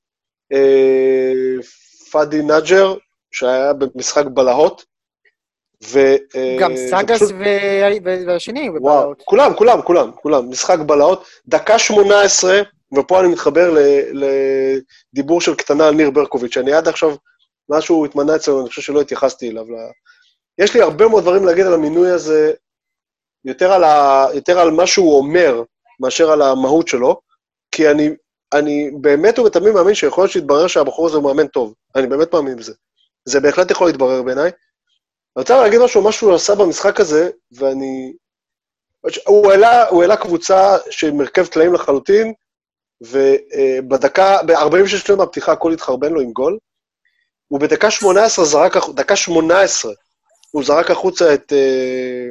Speaker 1: פאדי נג'ר, שהיה במשחק בלהות,
Speaker 4: ו... גם סגס פשוט... והשני בבלהות.
Speaker 1: כולם, כולם, כולם, כולם, משחק בלהות, דקה שמונה עשרה, ופה אני מתחבר לדיבור של קטנה על ניר ברקוביץ', שאני עד עכשיו, משהו התמנה אצלנו, אני חושב שלא התייחסתי אליו. יש לי הרבה מאוד דברים להגיד על המינוי הזה, יותר על, ה... יותר על מה שהוא אומר, מאשר על המהות שלו, כי אני, אני באמת ובתמים מאמין שיכול להיות שיתברר שהבחור הזה הוא מאמן טוב. אני באמת מאמין בזה. זה בהחלט יכול להתברר בעיניי. אני רוצה להגיד משהו, מה שהוא עשה במשחק הזה, ואני... הוא העלה, הוא העלה קבוצה של מרכב תלאים לחלוטין, ובדקה, ב-ארבעים ושש שניות מהפתיחה, הכל התחרבן לו עם גול. הוא בדקה שמונה עשרה זרק, דקה שמונה עשרה, הוא זרק החוצה את אה,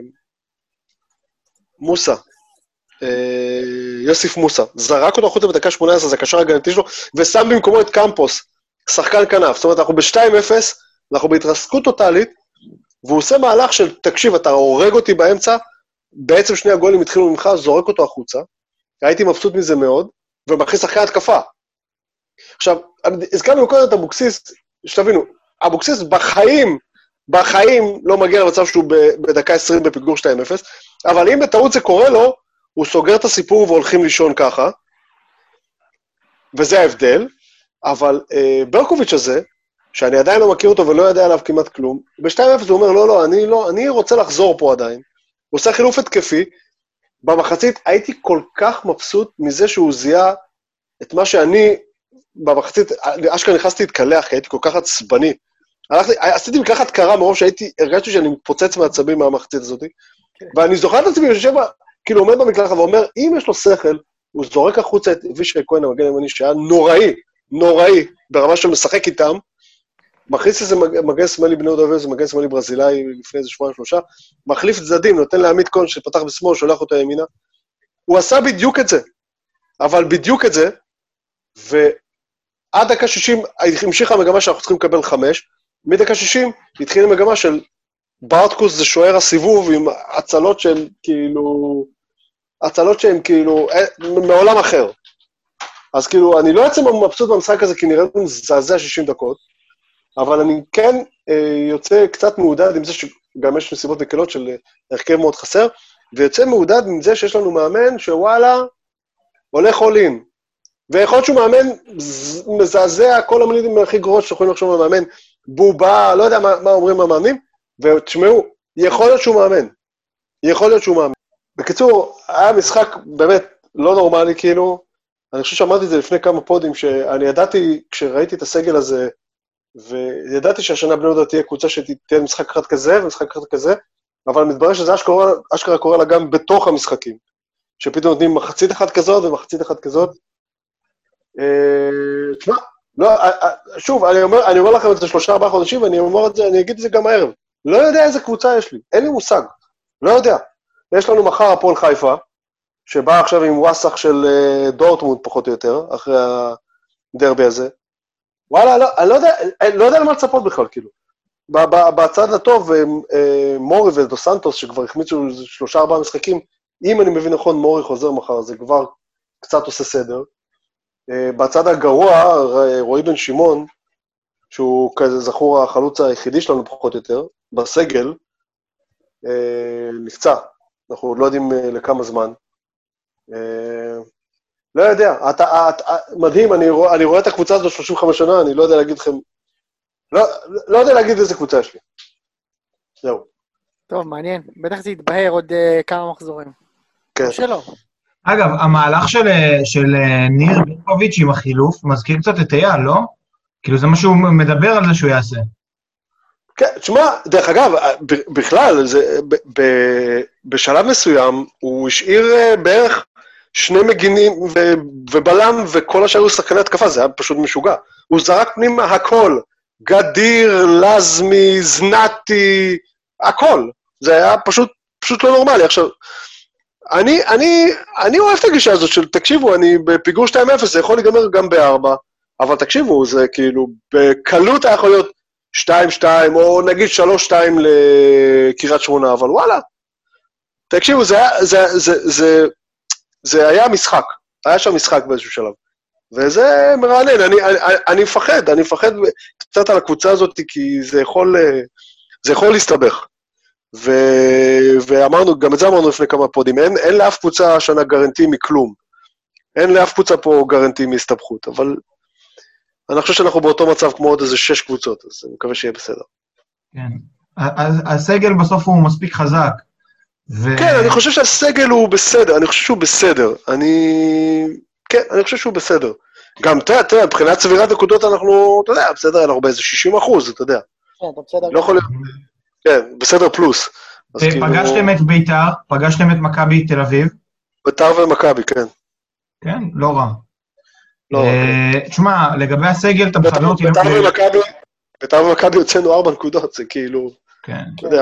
Speaker 1: מוסה. יוסיף מוסה, זרק אותו החוצה בדקה שמונה עשרה, זה הקשר הגנתי שלו, ושם במקומו את קמפוס, שחקן כנף, זאת אומרת, אנחנו ב-שתיים אפס, אנחנו בהתרסקות טוטלית, והוא עושה מהלך של, תקשיב, אתה הורג אותי באמצע, בעצם שני הגולים התחילו ממך, זורק אותו החוצה, הייתי מבסוט מזה מאוד, ומכניס שחקן התקפה. עכשיו, הזכרנו קודם את אבוקסיס, שתבינו, אבוקסיס בחיים, בחיים לא מגיע למצב שהוא בדקה עשרים בפיגור שתיים אפס, אבל אם בטעות זה קורה לו, הוא סוגר את הסיפור והולכים לישון ככה, וזה ההבדל, אבל אה, ברקוביץ' הזה, שאני עדיין לא מכיר אותו ולא יודע עליו כמעט כלום, ב-שתיים אפס הוא אומר, לא, לא, אני לא, אני רוצה לחזור פה עדיין. הוא עושה חילוף התקפי, במחצית הייתי כל כך מבסוט מזה שהוא זיהה את מה שאני, במחצית, אשכרה נכנסתי להתקלח, כי הייתי כל כך עצבני. הלכתי, עשיתי מקלחת קרה מרוב שהייתי, הרגשתי שאני מתפוצץ מעצבים מהמחצית הזאת, ואני זוכר את עצמי, יושב, כאילו עומד במקלחת ואומר, אם יש לו שכל, הוא זורק החוצה את וישי כהן, המגן הימני, שהיה נוראי, נוראי, ברמה של משחק איתם, מכניס איזה מגן שמאלי בני יהודה, איזה מגן שמאלי ברזילאי לפני איזה שבועיים שלושה, מחליף צדדים, נותן לעמית כהן שפתח בשמאל, שולח אותו ימינה. הוא עשה בדיוק את זה, אבל בדיוק את זה, ועד דקה שישים, המשיכה המגמה שאנחנו צריכים לקבל חמש, מדקה שישים התחילה מגמה של ברטקוס זה שוער הסיבוב עם הצלות שהן כאילו, הצלות שהן כאילו, מעולם אחר. אז כאילו, אני לא יוצא מבסוט במשחק הזה, כי נראה לנו זעזע שישים דקות, אבל אני כן אה, יוצא קצת מעודד עם זה שגם יש נסיבות מקלות של הרכב מאוד חסר, ויוצא מעודד עם זה שיש לנו מאמן שוואלה, הולך עולין. ויכול להיות שהוא מאמן מזעזע, כל המילים הכי גרועות שיכולים לחשוב על מאמן, בובה, לא יודע מה, מה אומרים המאמנים, ותשמעו, יכול להיות שהוא מאמן. יכול להיות שהוא מאמין. בקיצור, היה משחק באמת לא נורמלי, כאילו, אני חושב שאמרתי את זה לפני כמה פודים, שאני ידעתי, כשראיתי את הסגל הזה, וידעתי שהשנה בני יהודה תהיה קבוצה שתהיה משחק אחד כזה, ומשחק אחד כזה, אבל מתברר שזה אשכרה, אשכרה קורה לה גם בתוך המשחקים, שפתאום נותנים מחצית אחת כזאת, ומחצית אחת כזאת. תשמע, לא, שוב, אני אומר, אני אומר לכם את זה שלושה ארבעה חודשים, ואני אומר את זה, אני אגיד את זה גם הערב. לא יודע איזה קבוצה יש לי, אין לי מושג, לא יודע. יש לנו מחר הפועל חיפה, שבא עכשיו עם ווסח של דורטמונד פחות או יותר, אחרי הדרבי הזה. וואלה, לא, אני לא יודע, אני לא יודע למה לצפות בכלל, כאילו. בצד הטוב, מורי ודו סנטוס, שכבר החמיצו שלושה ארבעה משחקים, אם אני מבין נכון, מורי חוזר מחר, זה כבר קצת עושה סדר. בצד הגרוע, רועי בן שמעון, שהוא כזה זכור החלוץ היחידי שלנו פחות או יותר, בסגל, נפצע. אנחנו עוד לא יודעים לכמה זמן. לא יודע, אתה, אתה, מדהים, אני רואה, אני רואה את הקבוצה הזאת שלושים וחמש שנה, אני לא יודע להגיד לכם, לא, לא יודע להגיד איזה קבוצה יש לי. זהו.
Speaker 4: טוב, מעניין. בטח זה יתבהר עוד uh, כמה מחזורים.
Speaker 1: כן.
Speaker 4: או שלא.
Speaker 2: אגב, המהלך של, של ניר ברקוביץ' עם החילוף, מזכיר קצת את אייל, לא? כאילו זה מה שהוא מדבר על זה שהוא יעשה.
Speaker 1: כן, תשמע, דרך אגב, בכלל, זה, ב, ב, בשלב מסוים, הוא השאיר בערך שני מגינים ו, ובלם, וכל השאר הוא שחקני התקפה, זה היה פשוט משוגע. הוא זרק פנימה הכל, גדיר, לזמי, זנתי, הכל. זה היה פשוט, פשוט לא נורמלי. עכשיו, אני, אני, אני אוהב את הגישה הזאת של, תקשיבו, אני בפיגור שתיים אפס, זה יכול להיגמר גם בארבע, אבל תקשיבו, זה כאילו, בקלות היה יכול להיות שתיים שתיים, או נגיד שלוש שתיים לקריית שמונה, אבל וואלה, תקשיבו, זה היה, זה, זה, זה, זה היה משחק, היה שם משחק באיזשהו שלב, וזה מרענן, אני, אני, אני מפחד, אני מפחד קצת על הקבוצה הזאת, כי זה יכול, זה יכול להסתבך, ו, ואמרנו, גם את זה אמרנו לפני כמה פודים, אין, אין לאף קבוצה השנה גרנטי מכלום, אין לאף קבוצה פה גרנטי מהסתבכות, אבל אני חושב שאנחנו באותו מצב כמו עוד איזה שש קבוצות, אז אני מקווה שיהיה בסדר.
Speaker 2: כן, הסגל בסוף הוא מספיק חזק. ו...
Speaker 1: כן, אני חושב שהסגל הוא בסדר, אני חושב שהוא בסדר, אני... כן, אני חושב שהוא בסדר. גם, אתה יודע, מבחינת צבירת נקודות אנחנו, אתה יודע, בסדר, אנחנו באיזה שישים אחוז, אתה יודע.
Speaker 4: כן, אתה בסדר.
Speaker 1: לא יכול להיות... כן, בסדר פלוס.
Speaker 2: פגשתם את ביתר, פגשתם את מכבי תל אביב.
Speaker 1: ביתר ומכבי, כן.
Speaker 2: כן, לא רע.
Speaker 1: לא רע.
Speaker 2: תשמע, לגבי הסגל, אתה מחבר אותי...
Speaker 1: ביתר ומכבי, ביתר ומכבי יוצאנו ארבע נקודות, זה כאילו...
Speaker 2: כן.
Speaker 1: אתה יודע.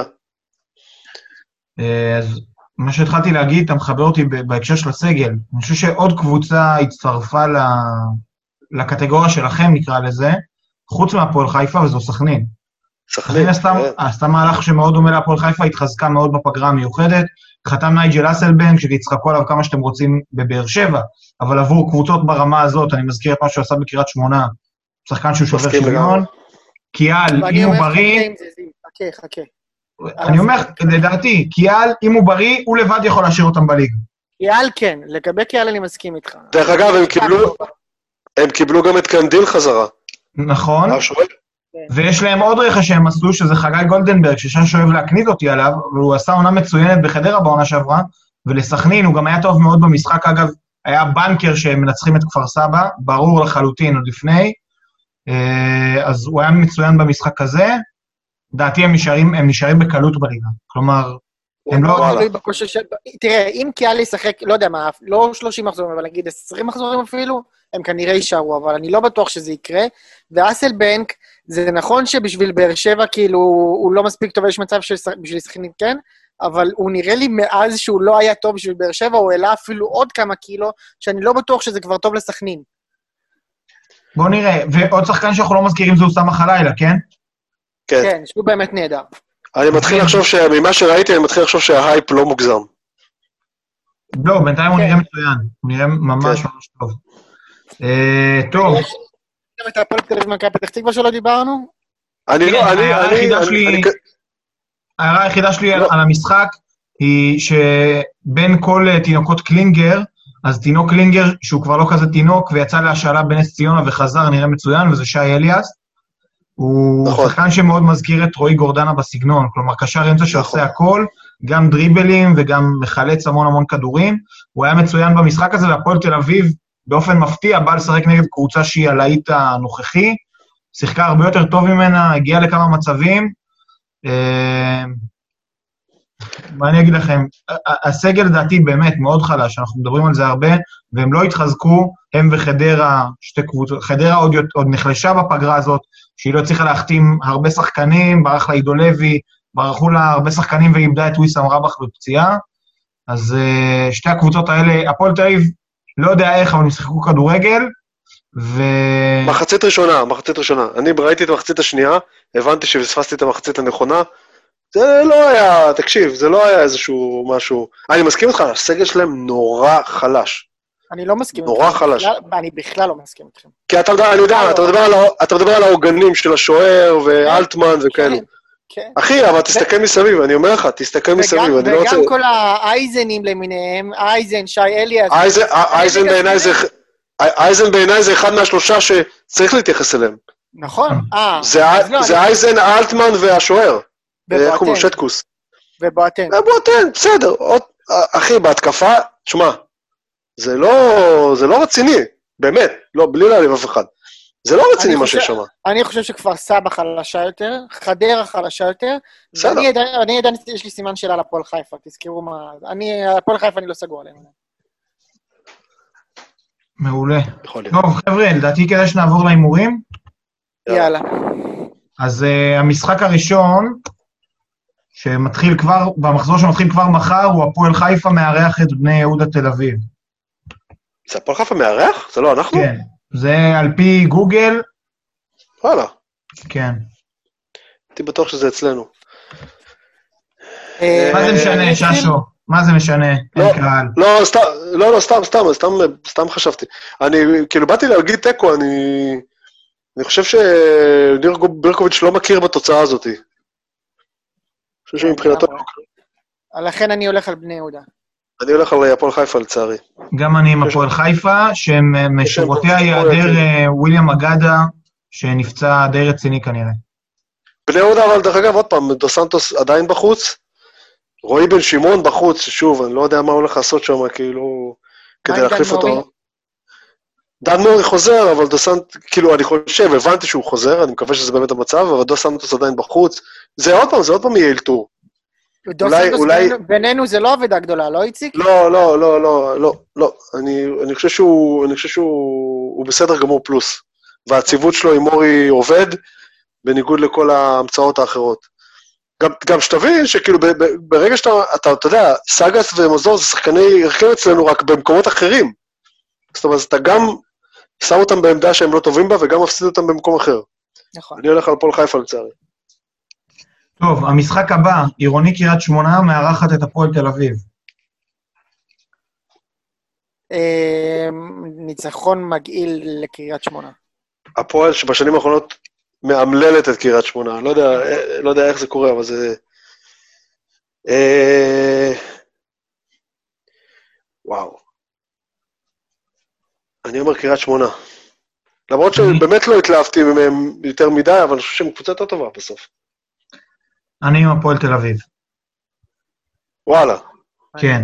Speaker 2: אז מה שהתחלתי להגיד, אתה מחבר אותי בהקשר של הסגל. אני חושב שעוד קבוצה הצטרפה לקטגוריה שלכם, נקרא לזה, חוץ מהפועל חיפה, וזו סכנין. סכנין עשתה מהלך שמאוד דומה להפועל חיפה, התחזקה מאוד בפגרה המיוחדת, חתם נייג'ל אסלבנק, שתצחקו עליו כמה שאתם רוצים בבאר שבע, אבל עבור קבוצות ברמה הזאת, אני מזכיר את מה שהוא עשה בקריית שמונה, שחקן שהוא שובר שוויון, קיאל, אם הוא בריא...
Speaker 4: חכה, חכה.
Speaker 2: אני אומר, לדעתי, קיאל, אם הוא בריא, הוא לבד יכול להשאיר אותם בליגה.
Speaker 4: קיאל כן, לגבי קיאל אני מסכים איתך.
Speaker 1: דרך אגב, הם קיבלו, הם קיבלו גם את קנדיל חזרה.
Speaker 2: נכון. ויש להם עוד רכש שהם עשו, שזה חגי גולדנברג, ששש אוהב להקניד אותי עליו, והוא עשה עונה מצוינת בחדרה בעונה שעברה, ולסכנין, הוא גם היה טוב מאוד במשחק, אגב, היה בנקר שהם מנצחים את כפר סבא, ברור לחלוטין עוד לפני, אז הוא היה מצוין במשחק הזה, דעתי הם נשארים, הם נשארים בקלות בליגה, כלומר, הם לא...
Speaker 4: תראה, אם קיאל ישחק, לא יודע מה, לא שלושים מחזורים, אבל נגיד עשרים מחזורים אפילו, הם כנראה יישארו, אבל אני לא בטוח שזה יקרה, ואסלבנק, זה נכון שבשביל באר שבע, כאילו, הוא לא מספיק טוב, יש מצב בשביל סכנין, כן? אבל הוא נראה לי מאז שהוא לא היה טוב בשביל באר שבע, הוא העלה אפילו עוד כמה קילו, שאני לא בטוח שזה כבר טוב לסכנין.
Speaker 2: בוא נראה, ועוד שחקן שאנחנו לא מזכירים זה אוסאמה חלילה, כן?
Speaker 1: כן.
Speaker 4: כן, שהוא באמת נהדר.
Speaker 1: אני מתחיל לחשוב שממה שראיתי, אני מתחיל לחשוב שההייפ לא מוגזם.
Speaker 2: לא, בינתיים הוא נראה מצוין, הוא נראה ממש ממש טוב. טוב.
Speaker 4: יש גם את הפועל תל אביב מכבי פתח תקווה שלא דיברנו?
Speaker 1: אני לא, אני...
Speaker 2: ההערה היחידה שלי על המשחק היא שבין כל תינוקות קלינגר, אז תינוק קלינגר שהוא כבר לא כזה תינוק ויצא להשאלה בנס ציונה וחזר נראה מצוין, וזה שי אליאס. הוא שחקן שמאוד מזכיר את רועי גורדנה בסגנון, כלומר קשר אמצע שעושה הכל, גם דריבלים וגם מחלץ המון המון כדורים. הוא היה מצוין במשחק הזה, והפועל תל אביב באופן מפתיע בא לשחק נגד קבוצה שהיא הלהיט הנוכחי, שיחקה הרבה יותר טוב ממנה, הגיעה לכמה מצבים. מה אני אגיד לכם, הסגל לדעתי באמת מאוד חלש, אנחנו מדברים על זה הרבה, והם לא התחזקו, הם וחדרה, שתי קבוצות, חדרה עוד, עוד נחלשה בפגרה הזאת, שהיא לא צריכה להחתים הרבה שחקנים, ברח לה עידו לוי, ברחו לה הרבה שחקנים ואיבדה את וויסאם רבח בפציעה, אז שתי הקבוצות האלה, הפועל תל אביב, לא יודע איך, אבל הם שיחקו כדורגל, ו...
Speaker 1: מחצית ראשונה, מחצית ראשונה. אני ראיתי את המחצית השנייה, הבנתי שפספסתי את המחצית הנכונה, זה לא היה, תקשיב, זה לא היה איזשהו משהו, אני מסכים איתך, הסגל שלהם נורא חלש.
Speaker 4: אני לא מסכים איתך.
Speaker 1: נורא חלש.
Speaker 4: אני בכלל לא מסכים איתכם.
Speaker 1: כי אתה, אני יודע, אתה מדבר על העוגנים של השוער ואלטמן וכאלו.
Speaker 4: כן.
Speaker 1: אחי, אבל תסתכל מסביב, אני אומר לך, תסתכל מסביב, אני לא רוצה...
Speaker 4: וגם כל האייזנים למיניהם, אייזן, שי אליאס...
Speaker 1: אייזן בעיניי זה אחד מהשלושה שצריך להתייחס אליהם.
Speaker 4: נכון, אה...
Speaker 1: זה אייזן, אלטמן והשוער. איך קוראים? שטקוס.
Speaker 4: ובועטן.
Speaker 1: ובועטן, בסדר. אחי, בהתקפה, תשמע, זה לא רציני, באמת, לא, בלי להעליב אף אחד. זה לא רציני מה שיש שם.
Speaker 4: אני חושב שכפר סבא חלשה יותר, חדרה חלשה יותר, ואני עדיין יש לי סימן שאלה לפועל חיפה, תזכרו מה... אני, הפועל חיפה אני לא סגור עליהם.
Speaker 2: מעולה. טוב, חבר'ה, לדעתי כדאי שנעבור להימורים.
Speaker 4: יאללה.
Speaker 2: אז uh, המשחק הראשון, שמתחיל כבר, במחזור שמתחיל כבר מחר, הוא הפועל חיפה מארח את בני יהודה תל אביב.
Speaker 1: זה הפועל חיפה מארח? זה לא אנחנו?
Speaker 2: כן, זה על פי גוגל.
Speaker 1: וואלה.
Speaker 2: כן.
Speaker 1: הייתי בטוח שזה אצלנו.
Speaker 2: מה זה משנה, ששו? מה זה משנה? אין קהל.
Speaker 1: לא, סתם, לא, לא, סתם, סתם, סתם, סתם חשבתי. אני, כאילו, באתי להגיד טקו, אני... אני חושב שניר ברקוביץ' לא מכיר בתוצאה הזאת. אני חושב שמבחינתו...
Speaker 4: לכן אני הולך על בני יהודה.
Speaker 1: אני הולך על הפועל חיפה לצערי.
Speaker 2: גם אני עם הפועל חיפה, שהם משורותיה יעדר וויליאם אגדה, שנפצע די רציני כנראה.
Speaker 1: בני יהודה, אבל דרך אגב, עוד פעם, דו סנטוס עדיין בחוץ, רועי בן שמעון בחוץ, שוב, אני לא יודע מה הולך לעשות שם, כאילו, כדי להחליף אותו. דן מורי חוזר, אבל דו סנטוס, כאילו, אני חושב, הבנתי שהוא חוזר, אני מקווה שזה באמת המצב, אבל דו סנטוס עדיין בחוץ. זה עוד פעם, זה עוד פעם יהיה אלתור.
Speaker 4: דו סנטוס בינינו זה לא עבודה גדולה, לא איציק?
Speaker 1: לא, לא, לא, לא, לא, לא. אני חושב שהוא, אני חושב שהוא בסדר גמור פלוס. והציוות שלו עם מורי עובד, בניגוד לכל ההמצאות האחרות. גם, גם שתבין שכאילו ב, ב, ברגע שאתה, אתה, אתה יודע, סגס ומוזור זה שחקני הרכב אצלנו רק במקומות אחרים. זאת אומרת, אתה גם שם אותם בעמדה שהם לא טובים בה, וגם מפסיד אותם במקום אחר.
Speaker 4: נכון.
Speaker 1: אני הולך על פועל חיפה לצערי.
Speaker 2: טוב, המשחק הבא, עירוני קריית שמונה, מארחת את הפועל תל אביב.
Speaker 4: ניצחון מגעיל לקריית שמונה.
Speaker 1: הפועל שבשנים האחרונות מאמללת את קריית שמונה, לא יודע, לא יודע איך זה קורה, אבל זה... וואו. אני אומר קריית שמונה. למרות שבאמת לא התלהבתי מהם יותר מדי, אבל אני חושב שהם קבוצה יותר טובה בסוף.
Speaker 2: אני עם הפועל תל אביב.
Speaker 1: וואלה.
Speaker 2: כן.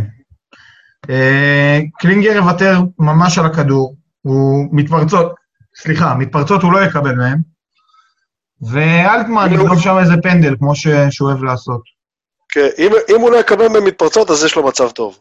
Speaker 2: קלינגר יוותר ממש על הכדור, הוא מתפרצות, סליחה, מתפרצות הוא לא יקבל מהם, ואלטמן יגנוב שם איזה פנדל, כמו שהוא אוהב לעשות.
Speaker 1: כן, אם הוא לא יקבל מהם מתפרצות, אז יש לו מצב טוב.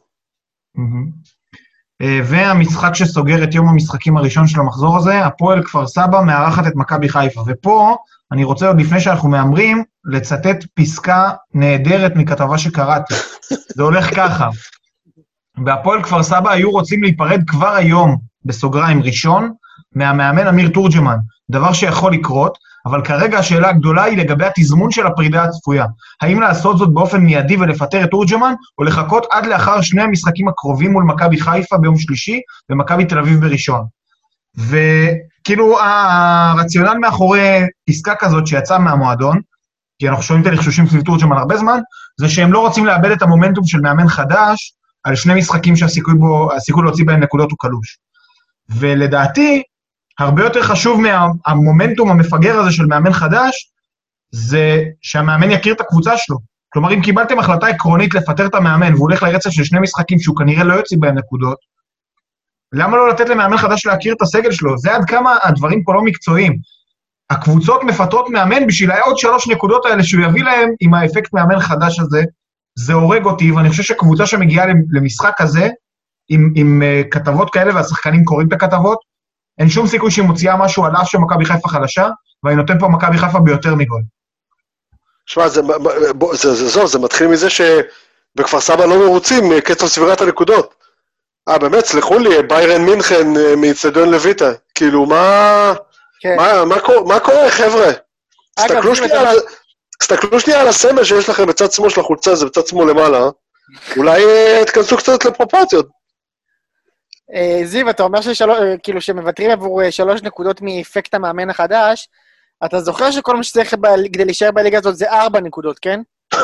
Speaker 2: והמשחק שסוגר את יום המשחקים הראשון של המחזור הזה, הפועל כפר סבא מארחת את מכבי חיפה, ופה אני רוצה עוד לפני שאנחנו מאמרים, לצטט פסקה נהדרת מכתבה שקראתי. זה הולך ככה. בהפועל כפר סבא היו רוצים להיפרד כבר היום, בסוגריים ראשון, מהמאמן אמיר תורג'מן, דבר שיכול לקרות, אבל כרגע השאלה הגדולה היא לגבי התזמון של הפרידה הצפויה. האם לעשות זאת באופן מיידי ולפטר את תורג'מן, או לחכות עד לאחר שני המשחקים הקרובים מול מכבי חיפה ביום שלישי, ומכבי תל אביב בראשון. וכאילו הרציונל מאחורי פסקה כזאת שיצאה מהמועדון, כי אנחנו שומעים את הלחשושים סביב תורג'מן הרבה זמן, זה שהם לא רוצים לאבד את המומנטום של מאמן חדש, על שני משחקים שהסיכוי בו, הסיכוי להוציא בהם נקודות הוא קלוש. ולדעתי, הרבה יותר חשוב מהמומנטום המפגר הזה של מאמן חדש, זה שהמאמן יכיר את הקבוצה שלו. כלומר, אם קיבלתם החלטה עקרונית לפטר את המאמן, והוא הולך לרצף של שני משחקים שהוא כנראה לא יוציא בהם נקודות, למה לא לתת למאמן חדש להכיר את הסגל שלו? זה עד כמה הדברים פה לא מקצועיים. הקבוצות מפטרות מאמן בשביל עוד שלוש נקודות האלה שהוא יביא להם עם האפקט מאמן חדש הזה, זה הורג אותי, ואני חושב שקבוצה שמגיעה למשחק הזה, עם, עם uh, כתבות כאלה והשחקנים קוראים את הכתבות, אין שום סיכוי שהיא מוציאה משהו על אף שמכבי חיפה חלשה, ואני נותן פה מכבי חיפה ביותר מגול.
Speaker 1: שמע, זה, זה, זה, זה, זה מתחיל מזה שבכפר סבא לא מרוצים מקצב סבירת הנקודות. אה, באמת, סלחו לי, ביירן מינכן מאצטדיון לויטה. כאילו, מה, כן. מה, מה, מה, מה קורה, חבר'ה? תסתכלו שנייה, על, תסתכלו שנייה על הסמל שיש לכם בצד שמאל של החולצה, זה בצד שמאל למעלה. אולי תכנסו קצת לפרופורציות.
Speaker 4: זיו, אתה אומר כאילו שמוותרים עבור שלוש נקודות מאפקט המאמן החדש, אתה זוכר שכל מה שצריך כדי להישאר בליגה הזאת זה ארבע נקודות, כן?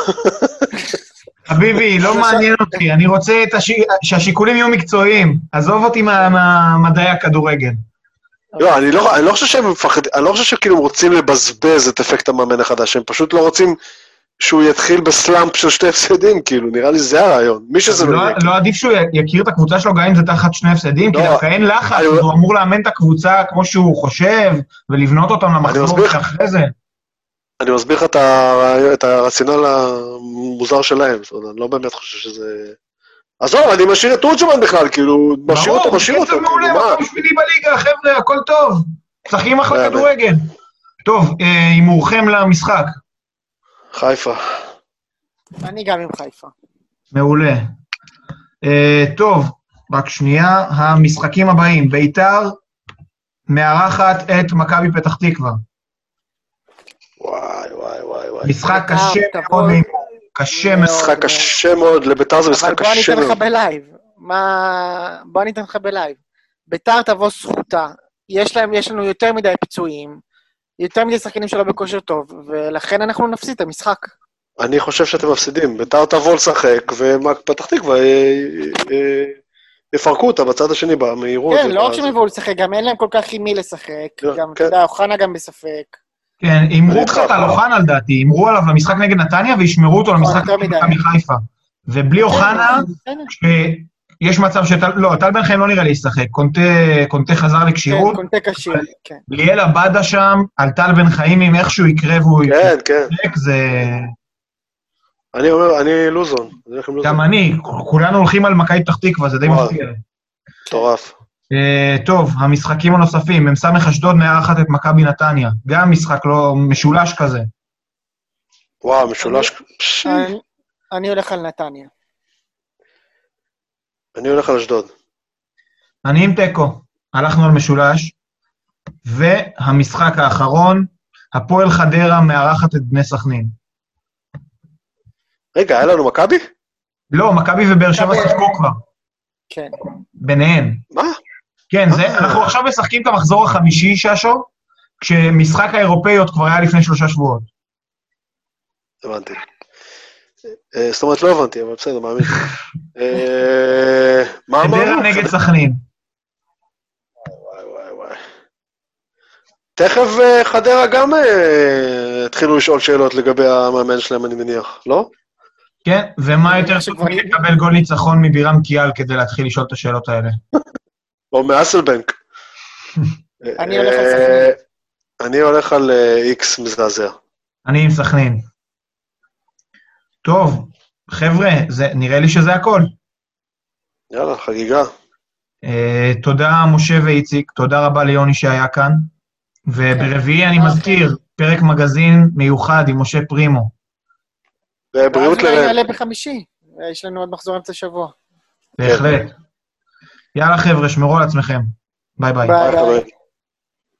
Speaker 2: חביבי, לא מעניין אותי, אני רוצה שהשיקולים יהיו מקצועיים, עזוב אותי מהמדעי הכדורגל.
Speaker 1: לא, אני לא חושב שהם מפחדים, אני לא חושב שכאילו הם רוצים לבזבז את אפקט המאמן החדש, הם פשוט לא רוצים שהוא יתחיל בסלאמפ של שתי הפסדים, כאילו, נראה לי זה הרעיון. מי שזה לא יהיה.
Speaker 2: לא עדיף שהוא יכיר את הקבוצה שלו גם אם זה תחת שני הפסדים, כי דווקא אין לחץ, הוא אמור לאמן את הקבוצה כמו שהוא חושב, ולבנות אותם למחזור שאחרי זה.
Speaker 1: אני מסביר לך את הרציונל המוזר שלהם, זאת אומרת, אני לא באמת חושב שזה... עזוב, אני משאיר את תורג'מן בכלל, כאילו, משאיר אותו, משאיר אותו.
Speaker 2: ברור, זה מעולה, מקום שמיני בליגה, חבר'ה, הכל טוב. שחקים אחלה כדורגל. טוב, הימורכם למשחק.
Speaker 1: חיפה.
Speaker 4: אני גם עם חיפה.
Speaker 2: מעולה. טוב, רק שנייה, המשחקים הבאים. ביתר מארחת את מכבי פתח תקווה.
Speaker 1: וואי, וואי, וואי, וואי.
Speaker 2: משחק קשה מאוד, קשה מאוד.
Speaker 1: משחק קשה מאוד, לביתר זה משחק קשה מאוד.
Speaker 4: אבל בוא ניתן לך בלייב. מה... בוא ניתן לך בלייב. ביתר תבוא זכותה. יש להם, יש לנו יותר מדי פיצויים, יותר מדי שחקנים שלא בכושר טוב, ולכן אנחנו נפסיד את המשחק.
Speaker 1: אני חושב שאתם מפסידים. ביתר תבוא לשחק, ופתח תקווה יפרקו אותה בצד השני במהירות.
Speaker 4: כן, לא רק שהם יבואו לשחק, גם אין להם כל כך עם מי לשחק. גם, אתה יודע, אוחנה גם בספק.
Speaker 2: כן, אמרו קצת על אוחנה לדעתי, אמרו עליו למשחק נגד נתניה, וישמרו אותו למשחק נגד מחיפה. ובלי אוחנה, יש מצב שטל, לא, טל בן חיים לא נראה לי לשחק, קונטה חזר לקשירות.
Speaker 4: כן, קונטה קשיר, כן.
Speaker 2: ליאל עבדה שם, על טל בן חיים, אם איכשהו יקרה והוא
Speaker 1: כן, כן.
Speaker 2: זה...
Speaker 1: אני אומר, אני לוזון.
Speaker 2: גם אני, כולנו הולכים על מכבי פתח תקווה, זה די מפתיע.
Speaker 1: מטורף.
Speaker 2: טוב, המשחקים הנוספים, מ"ס אשדוד מארחת את מכבי נתניה. גם משחק לא משולש כזה.
Speaker 1: וואו, משולש...
Speaker 4: אני הולך על נתניה.
Speaker 1: אני הולך על אשדוד.
Speaker 2: אני עם טקו. הלכנו על משולש. והמשחק האחרון, הפועל חדרה מארחת את בני סכנין.
Speaker 1: רגע, היה לנו מכבי?
Speaker 2: לא, מכבי ובאר שבע שיחקו כבר.
Speaker 4: כן.
Speaker 2: ביניהם.
Speaker 1: מה?
Speaker 2: כן, זה, אנחנו עכשיו משחקים את המחזור החמישי, ששו, כשמשחק האירופאיות כבר היה לפני שלושה שבועות.
Speaker 1: הבנתי. זאת אומרת, לא הבנתי, אבל בסדר, מאמין. מה אמרנו?
Speaker 2: חדרה נגד סכנין.
Speaker 1: וואי, וואי, וואי. תכף חדרה גם התחילו לשאול שאלות לגבי המאמן שלהם, אני מניח, לא?
Speaker 2: כן, ומה יותר טוב לקבל גול ניצחון מבירם קיאל כדי להתחיל לשאול את השאלות האלה?
Speaker 1: או מאסלבנק.
Speaker 4: אני הולך על סכנין.
Speaker 1: אני הולך על איקס מזעזע.
Speaker 2: אני עם סכנין. טוב, חבר'ה, נראה לי שזה הכל.
Speaker 1: יאללה, חגיגה.
Speaker 2: תודה משה ואיציק, תודה רבה ליוני שהיה כאן, וברביעי אני מזכיר, פרק מגזין מיוחד עם משה פרימו.
Speaker 1: ובריאות לרם.
Speaker 4: ואז נעלה בחמישי, יש לנו עוד מחזור אמצע שבוע.
Speaker 2: בהחלט. יאללה חבר'ה, שמרו על עצמכם. ביי ביי.
Speaker 4: ביי ביי.